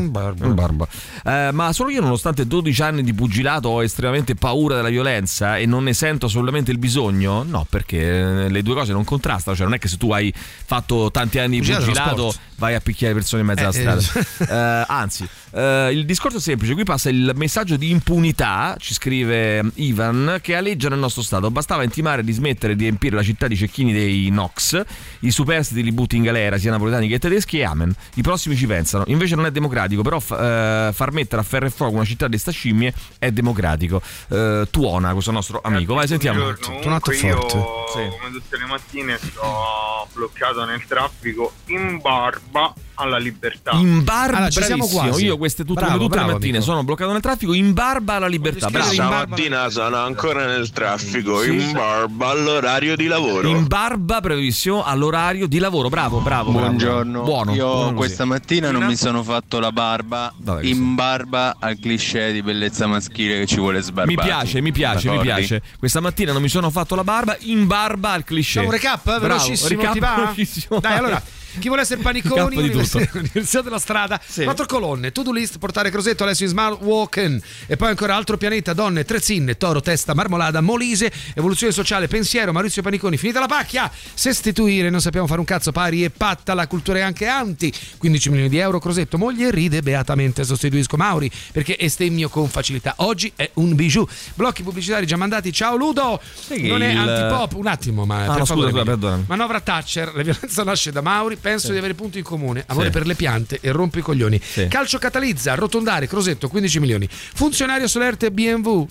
barba. Ma solo io, nonostante 12 anni di pugilato, ho estremamente paura della violenza e non ne sento assolutamente il bisogno. No, perché le due cose non contrastano. Cioè non è che se tu hai fatto tanti anni di pugilato vai a picchiare persone in mezzo alla strada. Anzi, il discorso è semplice. Qui passa il messaggio di impunità, ci scrive Ivan, che aleggia nel nostro stato. Bastava intimare di smettere di riempire la città di cecchini dei Nox, i superstiti li butti in galera, sia napoletani che tedeschi, e amen. I prossimi ci pensano. Invece non è democratico, però far mettere a ferro e fuoco una città di sta scimmie è democratico. Tuona, questo nostro amico. Vai, sentiamo. Comunque io, come tutte le mattine, sto bloccato nel traffico in barba alla libertà. In barba, ci siamo quasi. Io tutte le mattine amico. Sono bloccato nel traffico in barba alla libertà. Stamattina sono ancora nel traffico in barba all'orario di lavoro. In barba, brevissimo, all'orario di lavoro. Bravo. Buongiorno. Buono. Io questa mattina non mi sono fatto la barba. In barba al cliché di bellezza maschile che ci vuole sbarbare. Mi piace. Questa mattina non mi sono fatto la barba, in barba al cliché. Facciamo un recap velocissimo, ti va? Dai, allora, chi vuole essere Paniconi, Università della Strada, 4 colonne, to-do list, portare Crosetto, Alessio Smart, Walken, e poi ancora Altro Pianeta, Donne, Trezzin, Toro, Testa, Marmolada, Molise, Evoluzione Sociale, Pensiero, Maurizio Paniconi, Finita la pacchia, Sostituire, Non sappiamo fare un cazzo, Pari e Patta, La cultura è anche anti, 15 milioni di euro, Crosetto, moglie ride beatamente, sostituisco Mauri perché estemmio con facilità, oggi è un bijou, blocchi pubblicitari già mandati, ciao Ludo, non è antipop, un attimo, ma per favore, perdonami. Manovra Thatcher, la violenza nasce da Mauri, penso di avere punti in comune, amore per le piante e rompi i coglioni. Calcio catalizza, arrotondare, Crosetto, 15 milioni. Funzionario solerte BMW.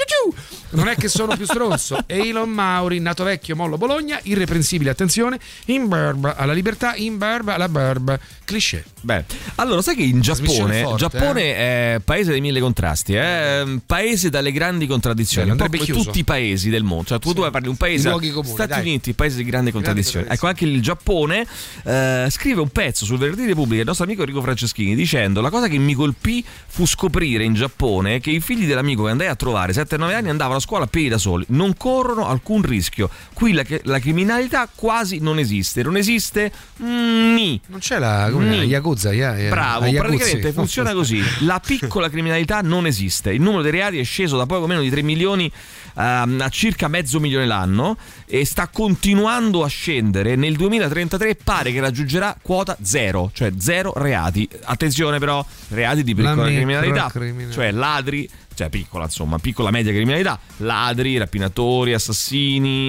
Non è che sono più stronzo. Elon Mauri, nato vecchio, mollo Bologna, irreprensibile, attenzione, in barba alla libertà, in barba alla barba. Cliché. Beh, allora sai che in Giappone è paese dei mille contrasti, paese dalle grandi contraddizioni, un po' come tutti i paesi del mondo. Cioè tu parli di un paese, Stati Uniti, paese di grandi contraddizioni. Ecco, anche il Giappone scrive un pezzo sul Venerdì Repubblica il nostro amico Enrico Franceschini dicendo: la cosa che mi colpì fu scoprire in Giappone che i figli dell'amico che andai a trovare 7-9 anni andavano a scuola a piedi da soli, non corrono alcun rischio. Qui la criminalità quasi non esiste. Non c'è la Yakuza. Bravo, praticamente funziona così. La piccola criminalità non esiste. Il numero dei reati è sceso da poco meno di 3 milioni a circa 500.000 l'anno e sta continuando a scendere. Nel 2033 pare che raggiungerà quota 0, cioè 0 reati. Attenzione però, reati di piccola criminalità, cioè ladri, cioè piccola media criminalità, ladri, rapinatori, assassini.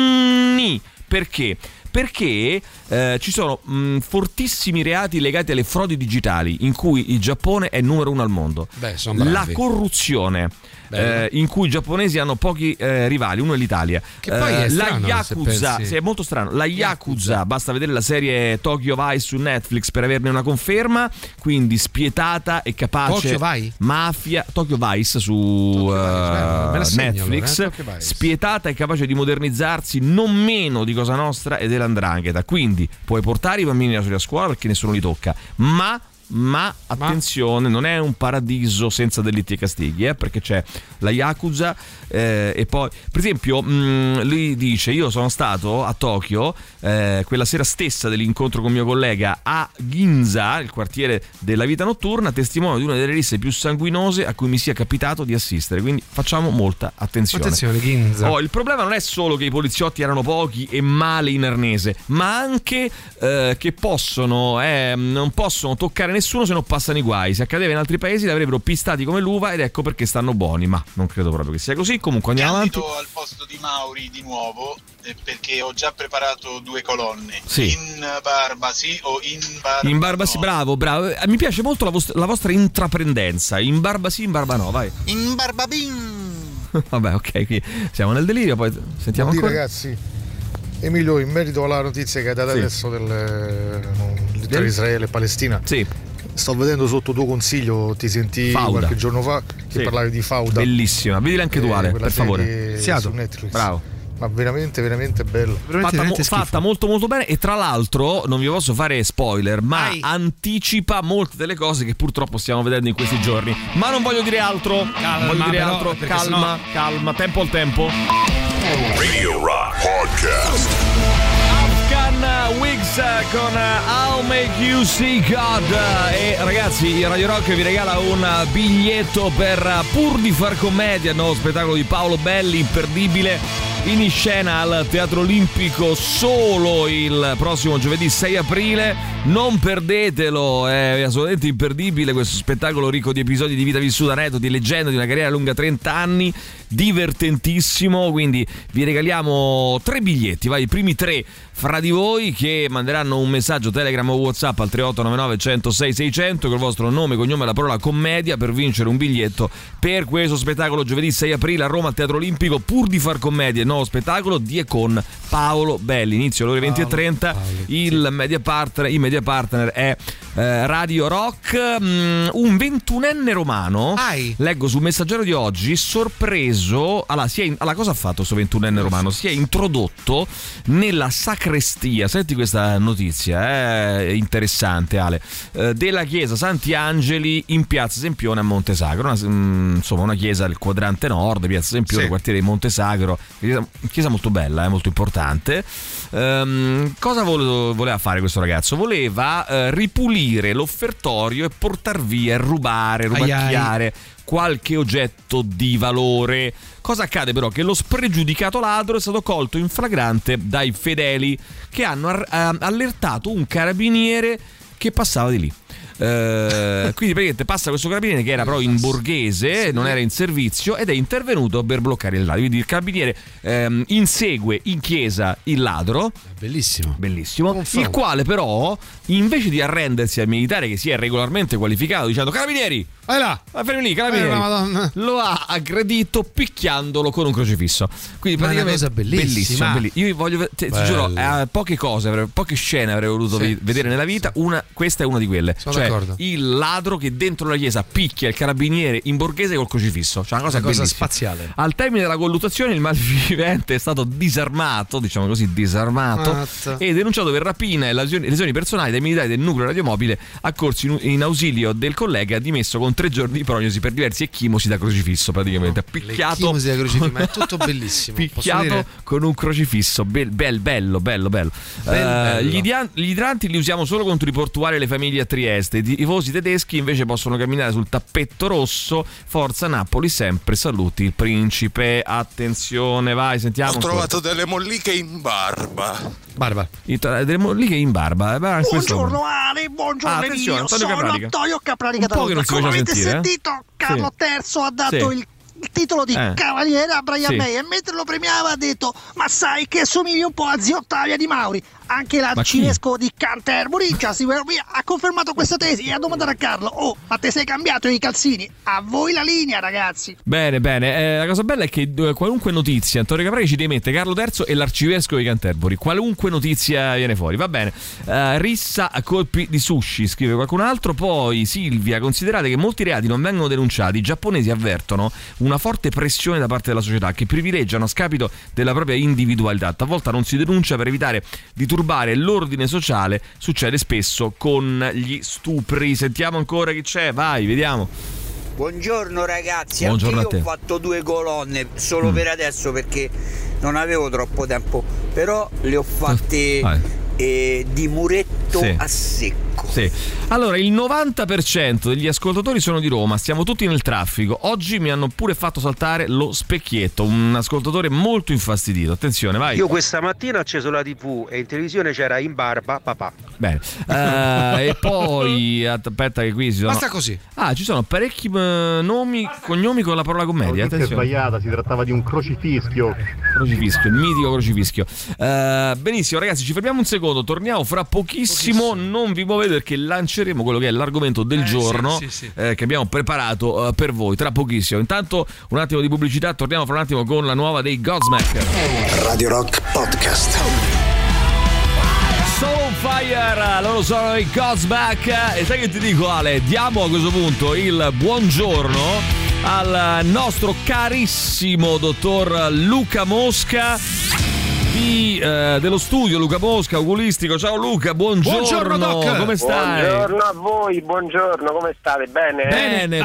Perché? Perché ci sono fortissimi reati legati alle frodi digitali, in cui il Giappone è numero 1 al mondo. La corruzione, in cui i giapponesi hanno pochi rivali, uno è l'Italia. Che poi è strano, la Yakuza, è molto strano. La Yakuza, basta vedere la serie Tokyo Vice su Netflix per averne una conferma. Quindi spietata e capace mafia. Tokyo Vice su Netflix, spietata e capace di modernizzarsi non meno di Cosa Nostra e della 'Ndrangheta. Quindi puoi portare i bambini a scuola perché nessuno li tocca, ma ma attenzione, non è un paradiso senza delitti e castighi, perché c'è la Yakuza e poi, per esempio, lui dice: io sono stato a Tokyo quella sera stessa dell'incontro con mio collega a Ginza, il quartiere della vita notturna, testimone di una delle risse più sanguinose a cui mi sia capitato di assistere, quindi facciamo molta attenzione. Ginza. Il problema non è solo che i poliziotti erano pochi e male in arnese, ma anche che non possono toccare nessuno se non passano i guai. Se accadeva in altri paesi li avrebbero pistati come l'uva, ed ecco perché stanno buoni, ma non credo proprio che sia così. Comunque andiamo avanti. Al posto di Mauri di nuovo, perché ho già preparato 2 colonne. Sì. In barba sì o in barba in barba no. Sì, bravo. Mi piace molto la vostra intraprendenza. In barba sì, in barba no, vai. In barba bin. Vabbè, ok, qui siamo nel delirio, poi sentiamo ancora. Ragazzi, Emilio, in merito alla notizia che hai dato adesso tra Israele e Palestina, sto vedendo sotto tuo consiglio, ti sentì qualche giorno fa che parlavi di Fauda. Bellissima, vedila anche tu, Ale, per favore. Su Netflix. Bravo. Ma veramente bella, fatta molto molto bene, e tra l'altro non vi posso fare spoiler, ma anticipa molte delle cose che purtroppo stiamo vedendo in questi giorni. Ma non voglio dire altro. Calma, tempo al tempo. Radio Rock Podcast. Wigs con I'll Make You See God. E ragazzi, Radio Rock vi regala un biglietto per Pur di far commedia, il nuovo spettacolo di Paolo Belli, imperdibile, in scena al Teatro Olimpico solo il prossimo giovedì 6 aprile. Non perdetelo, è assolutamente imperdibile questo spettacolo ricco di episodi di vita vissuta, aneddoti, leggende di una carriera lunga 30 anni, divertentissimo. Quindi vi regaliamo 3 biglietti, i primi 3 fra di voi che manderanno un messaggio Telegram o WhatsApp al 3899 106 600 col vostro nome, cognome e la parola commedia per vincere un biglietto per questo spettacolo giovedì 6 aprile a Roma al Teatro Olimpico. Pur di far commedia, il nuovo spettacolo di e con Paolo Belli. Inizio alle ore 20:30. Il media partner è Radio Rock. Un 21enne romano, leggo sul Messaggero di oggi, sorpreso. Allora, cosa ha fatto questo 21enne romano? Si è introdotto nella sacrestia, senti questa notizia, è interessante, Ale, della chiesa Santi Angeli in piazza Sempione a Montesagro, una chiesa del quadrante nord, piazza Sempione, quartiere di Montesagro, chiesa molto bella, molto importante. Cosa voleva fare questo ragazzo? Voleva ripulire l'offertorio e portar via, rubacchiare qualche oggetto di valore. Cosa accade però? Che lo spregiudicato ladro è stato colto in flagrante dai fedeli che hanno allertato un carabiniere che passava di lì. Quindi praticamente passa questo carabiniere che era però in borghese, non era in servizio, ed è intervenuto per bloccare il ladro. Quindi il carabiniere insegue in chiesa il ladro, bellissimo, il quale però, invece di arrendersi al militare che si è regolarmente qualificato dicendo carabinieri, vai là, fermi lì, carabinieri, lo ha aggredito picchiandolo con un crocifisso. Quindi praticamente una cosa bellissima. Io voglio, ti giuro, poche cose, poche scene avrei voluto vedere nella vita. Questa è una di quelle. Cioè, il ladro che dentro la chiesa picchia il carabiniere in borghese col crocifisso. Cioè, una cosa spaziale. Al termine della colluttazione il malvivente è stato disarmato e denunciato per rapina e lesioni personali dai militari del nucleo radiomobile accorsi in ausilio del collega, dimesso con 3 giorni di prognosi per diversi echimosi da crocifisso. Praticamente picchiato da crocifisso, ma è tutto bellissimo. Picchiato con un crocifisso. Bello. Gli idranti li usiamo solo contro i portuali e le famiglie a Trieste. I tifosi tedeschi invece possono camminare sul tappetto rosso. Forza Napoli sempre, saluti il principe. Attenzione, vai, sentiamo. Ho trovato delle molliche in barba. Delle molliche in barba. Buongiorno Ale, buongiorno Emilio, sono Antonio Caprarica da Roma. Come avete sentito, Carlo III ha dato il titolo di cavaliere a Brian May, e mentre lo premiava ha detto: ma sai che somigli un po' a zio Ottavia di Mauri. Anche l'arcivescovo di Canterbury ha confermato questa tesi e ha domandato a Carlo: ma te sei cambiato i calzini? A voi la linea, ragazzi. Bene, la cosa bella è che qualunque notizia Antonio Caprari ci demette Carlo III e l'arcivescovo di Canterbury, qualunque notizia viene fuori, va bene. Rissa a colpi di sushi, scrive qualcun altro. Poi Silvia: considerate che molti reati non vengono denunciati, i giapponesi avvertono una forte pressione da parte della società che privilegiano a scapito della propria individualità. Talvolta non si denuncia per evitare di turbare disturbare l'ordine sociale succede spesso con gli stupri. Sentiamo ancora chi c'è, vai, vediamo. Buongiorno ragazzi, buongiorno anche io ho fatto 2 colonne solo per adesso perché non avevo troppo tempo, però le ho fatte di muretto a secco. Sì. Allora, il 90% degli ascoltatori sono di Roma, stiamo tutti nel traffico. Oggi mi hanno pure fatto saltare lo specchietto, un ascoltatore molto infastidito. Attenzione, vai. Io questa mattina ho acceso la TV e in televisione c'era In Barba papà. Bene. E poi aspetta che qui ci sono... Basta così. Ci sono parecchi cognomi con la parola commedia. È sbagliata, si trattava di un crocifischio. Crocifischio, il mitico crocifischio. Benissimo ragazzi, ci fermiamo un secondo, torniamo fra pochissimo. Non vi muovete perché lanceremo quello che è l'argomento del giorno che abbiamo preparato per voi tra pochissimo. Intanto un attimo di pubblicità, torniamo fra un attimo con la nuova dei Godsmack. Radio Rock Podcast. Soulfire, loro sono i Godsmack. E sai che ti dico, Ale? Diamo a questo punto il buongiorno al nostro carissimo dottor Luca Mosca dello studio Luca Mosca, oculistico. Ciao Luca, buongiorno Doc. Come stai? Buongiorno a voi, buongiorno, come state? Bene? Bene.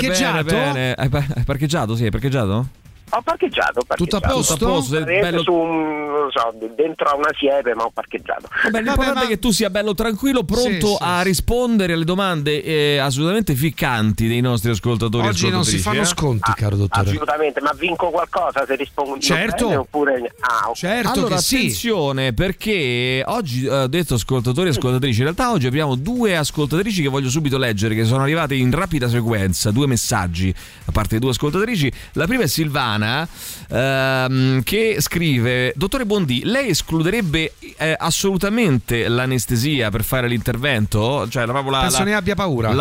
Hai parcheggiato? Sì, hai parcheggiato? Ho parcheggiato. Tutto a posto? Bello... non so, dentro a una siepe, ma ho parcheggiato. Vabbè, l'importante è che tu sia bello tranquillo, pronto a rispondere alle domande assolutamente ficcanti dei nostri ascoltatori. Oggi non si fanno sconti, caro dottore. Assolutamente, ma vinco qualcosa se rispondo certo. bene oppure... okay. Certo. Allora, che attenzione, perché oggi ho detto ascoltatori e ascoltatrici, in realtà oggi abbiamo 2 ascoltatrici che voglio subito leggere, che sono arrivate in rapida sequenza, 2 messaggi da parte di 2 ascoltatrici. La prima è Silvana, che scrive: dottore Bondi, lei escluderebbe assolutamente l'anestesia per fare l'intervento? Cioè, penso ne abbia paura.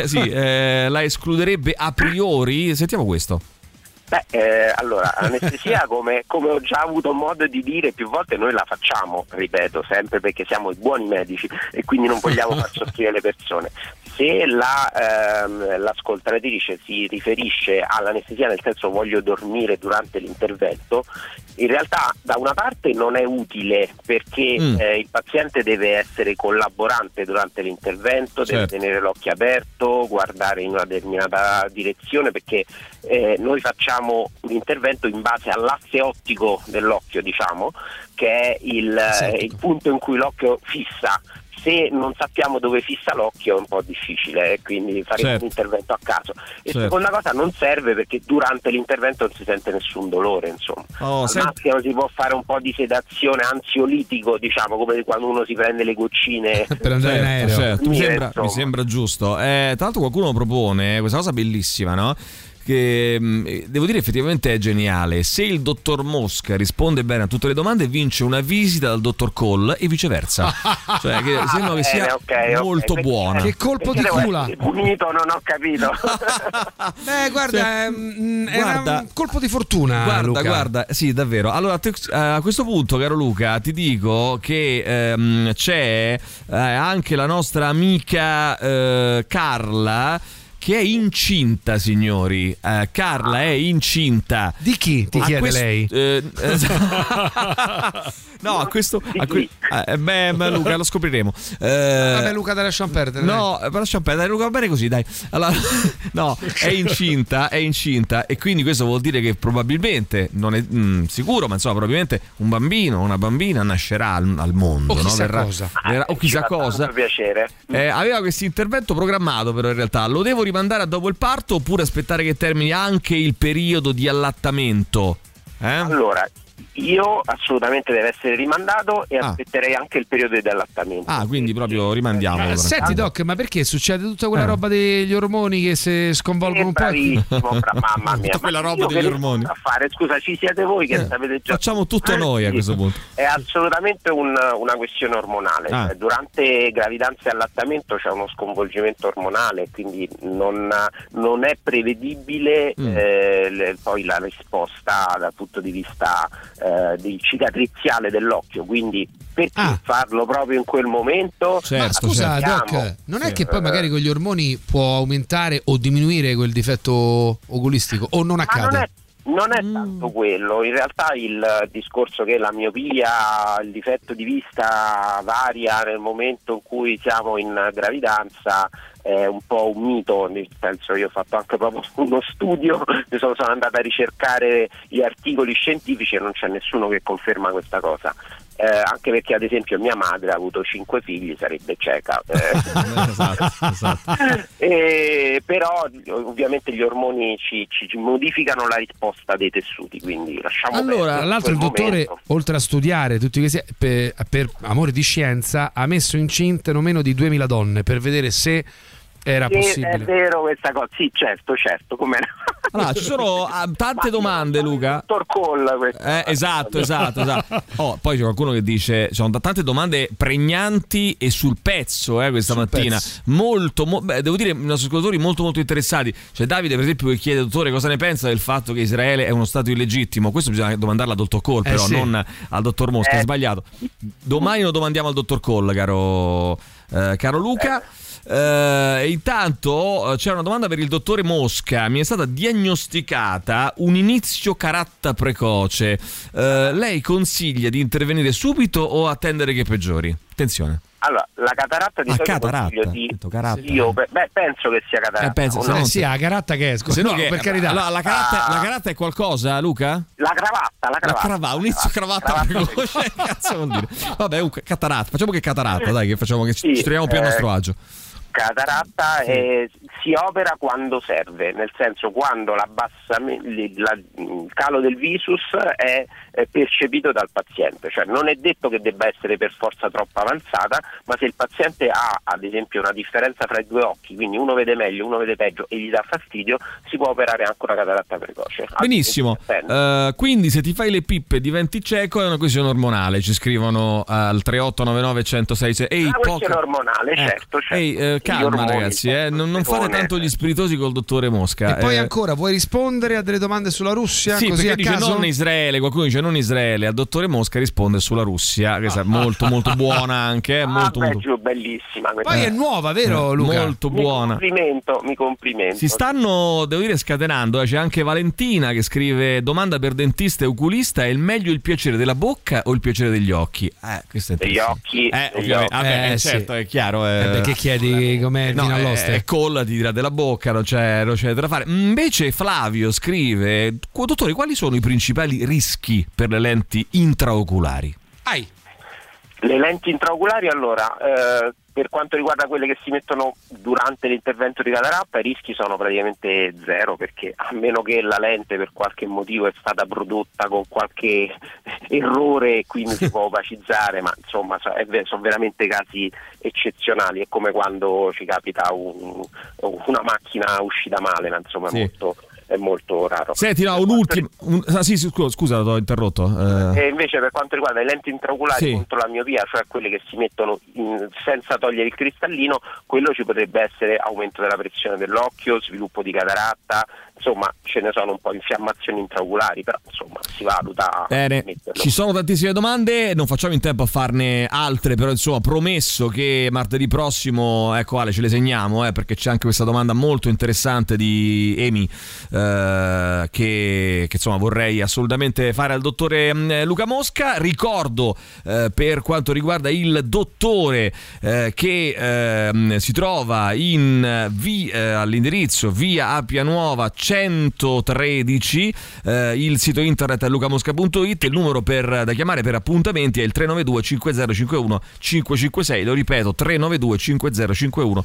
La escluderebbe a priori? Sentiamo questo. Allora, anestesia come ho già avuto modo di dire più volte, noi la facciamo, ripeto, sempre perché siamo i buoni medici e quindi non vogliamo far soffrire le persone. Se l'ascoltatrice si riferisce all'anestesia nel senso voglio dormire durante l'intervento, in realtà da una parte non è utile perché il paziente deve essere collaborante durante l'intervento, deve tenere l'occhio aperto, guardare in una determinata direzione, perché noi facciamo un intervento in base all'asse ottico dell'occhio, diciamo, che è il punto in cui l'occhio fissa. Se non sappiamo dove fissa l'occhio è un po' difficile, quindi faremo un intervento a caso. E seconda cosa, non serve perché durante l'intervento non si sente nessun dolore, insomma. Al massimo si può fare un po' di sedazione ansiolitico, diciamo, come quando uno si prende le goccine per andare in aereo. Mi sembra giusto. Tra l'altro qualcuno propone questa cosa bellissima, no? Che devo dire effettivamente è geniale. Se il dottor Mosca risponde bene a tutte le domande, vince una visita dal dottor Cole e viceversa. Cioè che sembra che sia molto buona. Che colpo di culo. Punito, non ho capito. Guarda, era un colpo di fortuna. Guarda, sì, davvero. Allora a questo punto, caro Luca, ti dico che c'è anche la nostra amica Carla, che è incinta, signori. Carla è incinta. Di chi? Ti chiede lei? No, a questo ma Luca, lo scopriremo. Vabbè, Luca, te lasciamo perdere. No, lasciamo perdere, Luca, va bene così, dai. Allora, no, è incinta e quindi questo vuol dire che probabilmente, non è sicuro, ma insomma probabilmente un bambino o una bambina nascerà al mondo, o chissà no? cosa. O chissà cosa. Piacere. Aveva questo intervento programmato, però in realtà lo devo rimandare a dopo il parto oppure aspettare che termini anche il periodo di allattamento? Allora, io assolutamente deve essere rimandato e aspetterei anche il periodo di allattamento. Quindi proprio rimandiamo. Senti Doc, ma perché succede tutta quella roba degli ormoni che si sconvolgono un po'? Mamma mia, tutta quella roba degli ormoni. A fare? Scusa, ci siete voi che sapete già. Facciamo tutto noi a questo punto. È assolutamente una questione ormonale. Cioè, durante gravidanza e allattamento c'è uno sconvolgimento ormonale, quindi non è prevedibile poi la risposta dal punto di vista del cicatriziale dell'occhio, quindi perché farlo proprio in quel momento? Scusa Doc, non è che poi magari con gli ormoni può aumentare o diminuire quel difetto oculistico o non accade? Non è tanto quello, in realtà il discorso che la miopia, il difetto di vista varia nel momento in cui siamo in gravidanza è un po' un mito, nel senso io ho fatto anche proprio uno studio, sono andata a ricercare gli articoli scientifici e non c'è nessuno che conferma questa cosa. Anche perché ad esempio mia madre ha avuto 5 figli, sarebbe cieca. Esatto. Però ovviamente gli ormoni ci modificano la risposta dei tessuti, quindi lasciamo allora, tra l'altro il dottore, oltre a studiare tutti questi per amore di scienza, ha messo incinte non meno di 2000 donne per vedere se era possibile. È vero questa cosa, sì, certo, come allora, ci sono tante domande, Luca. Dottor Cole, esatto. Poi c'è qualcuno che dice ci sono tante domande pregnanti e sul pezzo questa mattina. Molto, devo dire, i nostri ascoltatori molto interessati. C'è Davide, per esempio, che chiede: dottore, cosa ne pensa del fatto che Israele è uno stato illegittimo? Questo bisogna domandarlo al dottor Cole, però non al dottor Mosca, è sbagliato. Domani lo domandiamo al dottor Cole, caro Luca. Intanto c'è una domanda per il dottore Mosca. Mi è stata diagnosticata un inizio caratta precoce. Lei consiglia di intervenire subito o attendere che peggiori? Attenzione. Allora, la cataratta di solito penso che sia cataratta. Sì, la caratta che esco. Se no, per carità. La cataratta è qualcosa, Luca? La cravatta. Un inizio cravatta precoce. Cazzo vuol dire? Vabbè, comunque cataratta. Facciamo che cataratta, dai, che facciamo che ci troviamo più a nostro agio. Cataratta si opera quando serve, nel senso quando il calo del visus è percepito dal paziente, cioè non è detto che debba essere per forza troppo avanzata, ma se il paziente ha ad esempio una differenza fra i due occhi, quindi uno vede meglio, uno vede peggio e gli dà fastidio, si può operare anche una cataratta precoce. Benissimo, quindi se ti fai le pippe e diventi cieco è una questione ormonale, ci scrivono al 3899 106. Una questione ormonale, certo. Calma ragazzi, non fate tanto gli spiritosi col dottore Mosca. E poi ancora, vuoi rispondere a delle domande sulla Russia? Sì, così perché a dice caso? Non Israele, qualcuno dice non Israele, al dottore Mosca risponde sulla Russia, che è molto buona anche, molto bellissima. Poi è nuova, vero Luca? Molto buona. Mi complimento. Si stanno, devo dire, scatenando, c'è anche Valentina che scrive: domanda per dentista e oculista, è il meglio il piacere della bocca o il piacere degli occhi? Questo è degli occhi. Vabbè, certo, è chiaro. Perché chiedi com'è no, è colla, ti dirà della bocca, non c'è da fare. Invece Flavio scrive: dottore, quali sono i principali rischi per le lenti intraoculari? Le lenti intraoculari, allora, per quanto riguarda quelle che si mettono durante l'intervento di cataratta, i rischi sono praticamente zero, perché a meno che la lente per qualche motivo è stata prodotta con qualche errore e quindi si può opacizzare, ma insomma sono veramente casi eccezionali. È come quando ci capita una macchina uscita male, ma insomma è molto raro. Senti, un ultimo. Scusa, t'ho interrotto. E invece per quanto riguarda le lenti intraoculari contro la miopia, cioè quelle che si mettono senza togliere il cristallino, quello ci potrebbe essere aumento della pressione dell'occhio, sviluppo di cataratta, insomma ce ne sono un po' infiammazioni intraoculari, però insomma si valuta. Bene, ci sono tantissime domande, non facciamo in tempo a farne altre, però insomma promesso che martedì prossimo, ecco Ale, ce le segniamo, perché c'è anche questa domanda molto interessante di Amy che insomma vorrei assolutamente fare al dottore Luca Mosca. Ricordo per quanto riguarda il dottore che si trova all'indirizzo via Appia Nuova 113, il sito internet è lucamosca.it, il numero da chiamare per appuntamenti è il 392 5051 556, lo ripeto 392 5051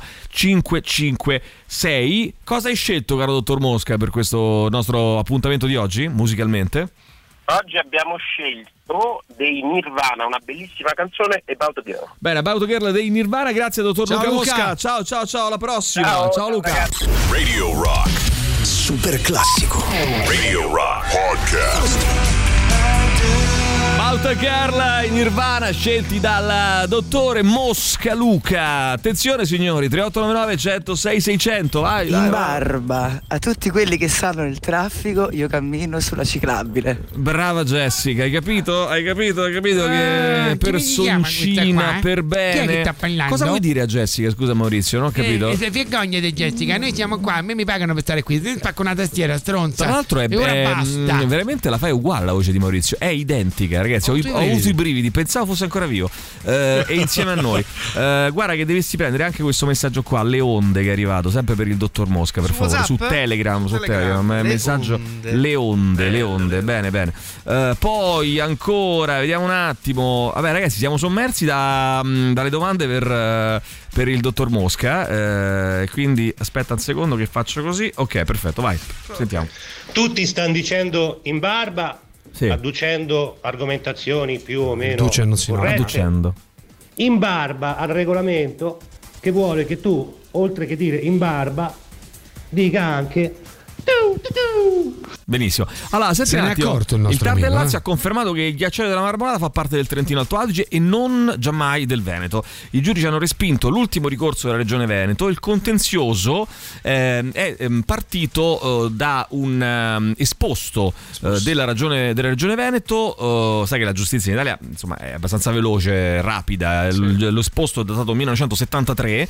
556. Cosa hai scelto, caro dottor Mosca, per questo nostro appuntamento di oggi musicalmente? Oggi abbiamo scelto dei Nirvana, una bellissima canzone, About a Girl. Bene, About a Girl dei Nirvana, grazie dottor Luca Mosca. Ciao, alla prossima. Ciao Luca. Ragazzi. Radio Rock Super classico. Radio Rock Podcast. About Volta Carla in Nirvana, scelti dal dottore Mosca Luca. Attenzione signori, 3899 106 600. Vai, in barba a tutti quelli che stanno nel traffico, io cammino sulla ciclabile. Brava Jessica, hai capito? Hai capito che personcina per bene. Chi è che sta parlando? Cosa vuoi dire a Jessica? Scusa Maurizio, non ho capito. Vergogna di Jessica, noi siamo qua, a me mi pagano per stare qui, ti spacco una tastiera stronza. Tra l'altro è veramente la fai uguale la voce di Maurizio, è identica, ragazzi. Ho avuto i brividi, pensavo fosse ancora vivo. E insieme a noi. Guarda che dovresti prendere anche questo messaggio qua, le onde, che è arrivato, sempre per il dottor Mosca, per favore, su Telegram, messaggio le onde. Bene. Poi ancora, vediamo un attimo. Vabbè ragazzi, siamo sommersi dalle domande per il dottor Mosca, quindi aspetta un secondo che faccio così. Ok, perfetto, vai, sentiamo. Tutti stanno dicendo in barba, sì, adducendo argomentazioni più o meno adducendo in barba al regolamento, che vuole che tu, oltre che dire in barba, dica anche benissimo. Allora, se ne è accorto il TAR del Lazio ha confermato che il ghiacciaio della Marmolada fa parte del Trentino Alto Adige e non giammai del Veneto. I giudici hanno respinto l'ultimo ricorso della Regione Veneto. Il contenzioso è partito da un esposto della Regione Veneto. Sai che la giustizia in Italia insomma è abbastanza veloce, rapida. Sì. Lo esposto è datato 1973 e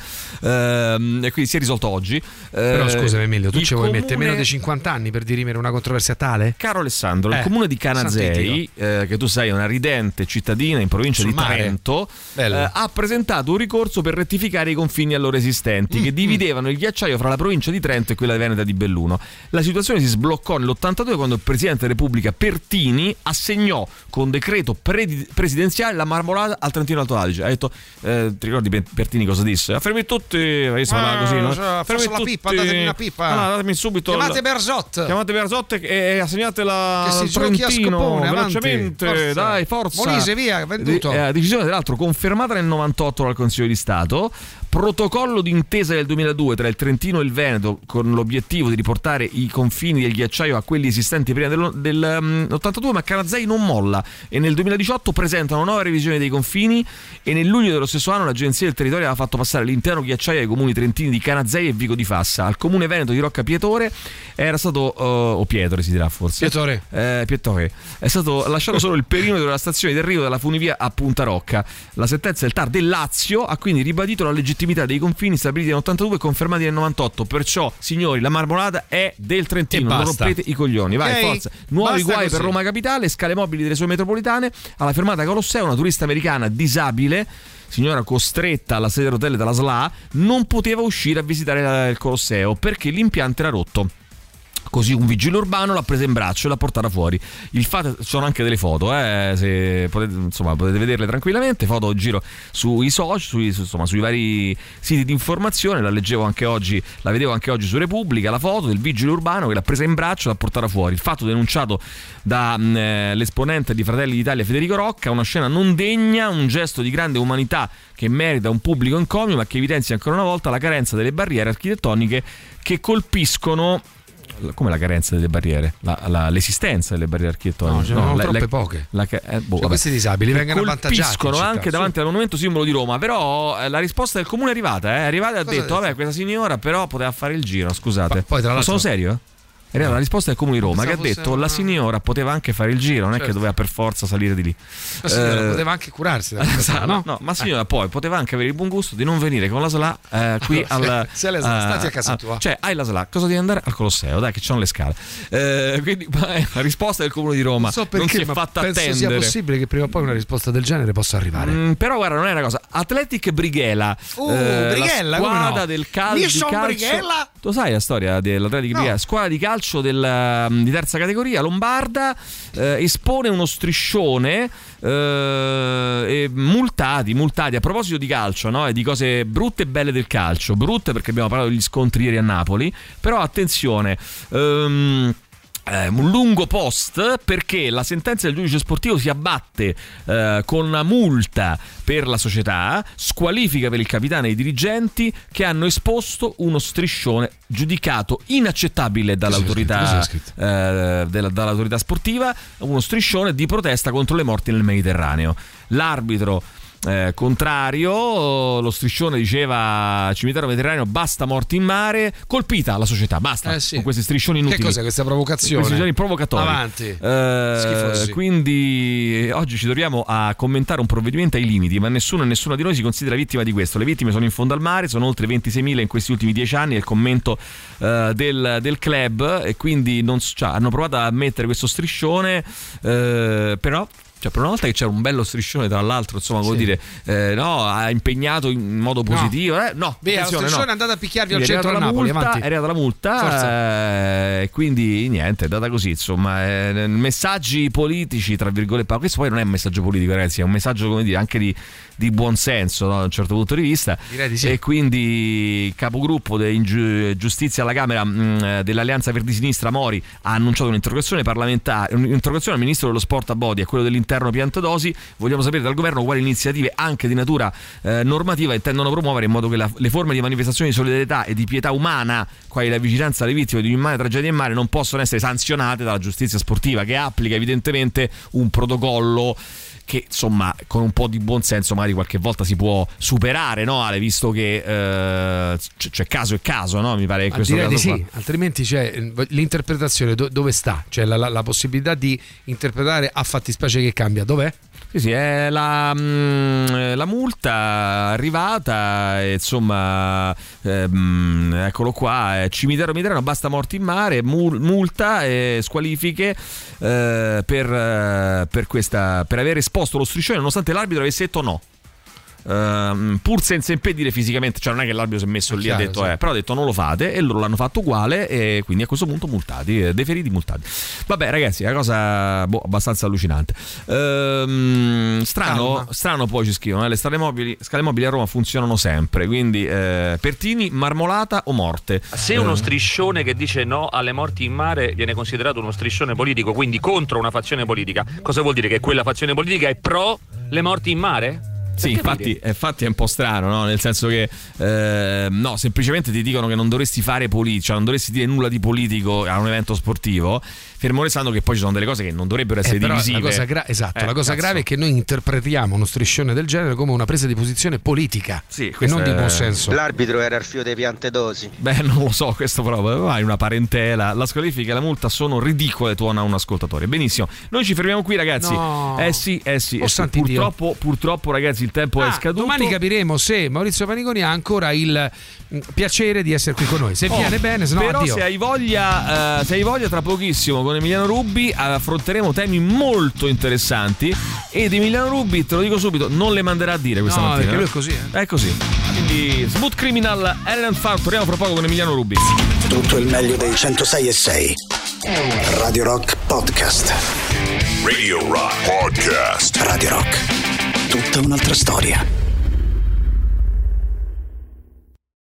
quindi si è risolto oggi. Però scusami Emilio, tu ci vuoi mettere meno di 50 anni per dirimere una controversia tale? Caro Alessandro, il comune di Canazei, che tu sai è una ridente cittadina in provincia di Trento, ha presentato un ricorso per rettificare i confini allora esistenti che dividevano il ghiacciaio fra la provincia di Trento e quella veneta di Belluno. La situazione si sbloccò nell'82 quando il Presidente della Repubblica Pertini assegnò con decreto presidenziale la Marmolada al Trentino Alto Adige. Ha detto, ti ricordi Pertini cosa disse? Fermi tutti, così, no? Fermi la pippa, datemi una pippa. Datemi subito. Chiamate Berzot e assegnatela al Trentino velocemente. Dai, forza. Molise, via, venduto. Decisione tra l'altro confermata nel 98 dal Consiglio di Stato. Protocollo d'intesa del 2002 tra il Trentino e il Veneto con l'obiettivo di riportare i confini del ghiacciaio a quelli esistenti prima dell'82, ma Canazei non molla e nel 2018 presenta una nuova revisione dei confini e nel luglio dello stesso anno l'Agenzia del Territorio aveva fatto passare l'intero ghiacciaio ai comuni trentini di Canazei e Vico di Fassa. Al comune veneto di Rocca Pietore era stato o Pietore si dirà forse Pietore è stato lasciato solo il perimetro della stazione di arrivo della funivia a Punta Rocca. La sentenza del TAR del Lazio ha quindi ribadito la legittimità dei confini stabiliti nel 82 e confermati nel 98. Perciò signori, la Marmolada è del Trentino, non rompete i coglioni. Vai, forza. Nuovi guai così per Roma Capitale, scale mobili delle sue metropolitane. Alla fermata Colosseo una turista americana disabile, signora costretta alla sedia a rotelle dalla SLA, non poteva uscire a visitare il Colosseo perché l'impianto era rotto. Così un vigile urbano l'ha presa in braccio e l'ha portata fuori. Il fatto, sono anche delle foto, se potete vederle tranquillamente. Foto giro sui social, sui vari siti di informazione. La leggevo anche oggi, la vedevo anche oggi su Repubblica. La foto del vigile urbano che l'ha presa in braccio e l'ha portata fuori. Il fatto denunciato da l'esponente di Fratelli d'Italia Federico Rocca, una scena non degna, un gesto di grande umanità che merita un pubblico encomio, ma che evidenzia ancora una volta la carenza delle barriere architettoniche che colpiscono. Come la carenza delle barriere? L'esistenza delle barriere architettoniche? No, troppe poche. Questi disabili vengono avvantaggiati. Colpiscono anche davanti al monumento simbolo di Roma. Però la risposta del comune è arrivata. È arrivata e ha detto: vabbè, questa signora però poteva fare il giro. Scusate. Poi, tra l'altro, sono serio? Era la risposta del Comune di Roma che ha detto la signora poteva anche fare il giro, non è che doveva per forza salire di lì. La signora poteva anche curarsi da questa, no? Ma signora poi poteva anche avere il buon gusto di non venire con la SLA qui se le stati a casa tua. Cioè hai la SLA, cosa devi andare al Colosseo? Dai che c'hanno le scale. Quindi la risposta del Comune di Roma non, so perché, non si è fatta penso attendere. Sia possibile che prima o poi una risposta del genere possa arrivare. Però guarda, non è una cosa. Athletic Brighella, Brighella, la squadra del calcio. Brighella. Tu sai la storia dell'Athletic Brighella, squadra di calcio di terza categoria lombarda, espone uno striscione multati a proposito di calcio, no? E di cose brutte e belle del calcio. Brutte perché abbiamo parlato degli scontri ieri a Napoli, però attenzione, un lungo post perché la sentenza del giudice sportivo si abbatte con una multa per la società, squalifica per il capitano e i dirigenti che hanno esposto uno striscione giudicato inaccettabile dall'autorità dall'autorità sportiva, uno striscione di protesta contro le morti nel Mediterraneo. L'arbitro contrario, lo striscione diceva cimitero mediterraneo, basta morti in mare, colpita la società, basta con questi striscioni inutili. Che cos'è questa provocazione? Questi striscioni provocatori. Avanti. Quindi oggi ci troviamo a commentare un provvedimento ai limiti, ma nessuno e nessuna di noi si considera vittima di questo. Le vittime sono in fondo al mare, sono oltre 26.000 in questi ultimi 10 anni, è il commento del club, e quindi hanno provato a mettere questo striscione, però per una volta che c'era un bello striscione, tra l'altro, insomma, vuol dire, ha impegnato in modo positivo. Lo striscione è andato a picchiarvi al centro a Napoli. È arrivata la multa, e quindi niente, è data così, insomma. Messaggi politici, tra virgolette. Questo poi non è un messaggio politico, ragazzi, è un messaggio, come dire, anche di buon senso, no? Da un certo punto di vista. Direi di sì. E quindi il capogruppo di giustizia alla Camera dell'Alleanza Verdi Sinistra, Mori, ha annunciato un'interrogazione parlamentare, un'interrogazione al ministro dello sport Abodi, a quello dell'interno Piantedosi. Vogliamo sapere dal governo quali iniziative anche di natura normativa intendono promuovere in modo che le forme di manifestazione di solidarietà e di pietà umana, quali la vicinanza alle vittime di un'immane tragedia in mare, non possono essere sanzionate dalla giustizia sportiva, che applica evidentemente un protocollo che, insomma, con un po' di buonsenso magari qualche volta si può superare, no, Ale, visto che c'è caso e caso, no? Mi pare che questo direi caso di sì, altrimenti l'interpretazione dove sta? Cioè la possibilità di interpretare a fattispecie che cambia, dov'è? Sì, è la multa arrivata, e, eccolo qua, cimitero mediterraneo, basta morti in mare, multa e squalifiche per aver esposto lo striscione nonostante l'arbitro avesse detto no. Pur senza impedire fisicamente, cioè non è che l'arbitro si è messo lì e ha detto però ha detto non lo fate, e loro l'hanno fatto uguale, e quindi a questo punto multati, deferiti, multati. Vabbè, ragazzi, è una cosa abbastanza allucinante. Strano poi ci scrivono, le scale mobili a Roma funzionano sempre, quindi Pertini, marmolata o morte. Se uno striscione che dice no alle morti in mare viene considerato uno striscione politico, quindi contro una fazione politica, cosa vuol dire? Che quella fazione politica è pro le morti in mare? Sì, infatti è un po' strano, no? Nel senso che semplicemente ti dicono che non dovresti fare politica, non dovresti dire nulla di politico a un evento sportivo, fermo restando che poi ci sono delle cose che non dovrebbero essere divisive. La cosa grave è che noi interpretiamo uno striscione del genere come una presa di posizione politica, e non di buon senso. L'arbitro era il fio dei Piantedosi. Beh, non lo so, questo proprio hai una parentela. La squalifica e la multa sono ridicole, tuona un ascoltatore. Benissimo, noi ci fermiamo qui, ragazzi. Purtroppo, ragazzi, il tempo è scaduto. Domani capiremo se Maurizio Paniconi ha ancora il piacere di essere qui con noi. Se viene bene, se no però addio. Se hai voglia, tra pochissimo con Emiliano Rubi affronteremo temi molto interessanti, ed Emiliano Rubi, te lo dico subito, non le manderà a dire questa mattina. Perché lui è così. È così. Quindi Smooth Criminal, Ellen Farr, torniamo fra poco con Emiliano Rubi. Tutto il meglio dei 106.6 Radio Rock Podcast. Radio Rock Podcast. Radio Rock, tutta un'altra storia.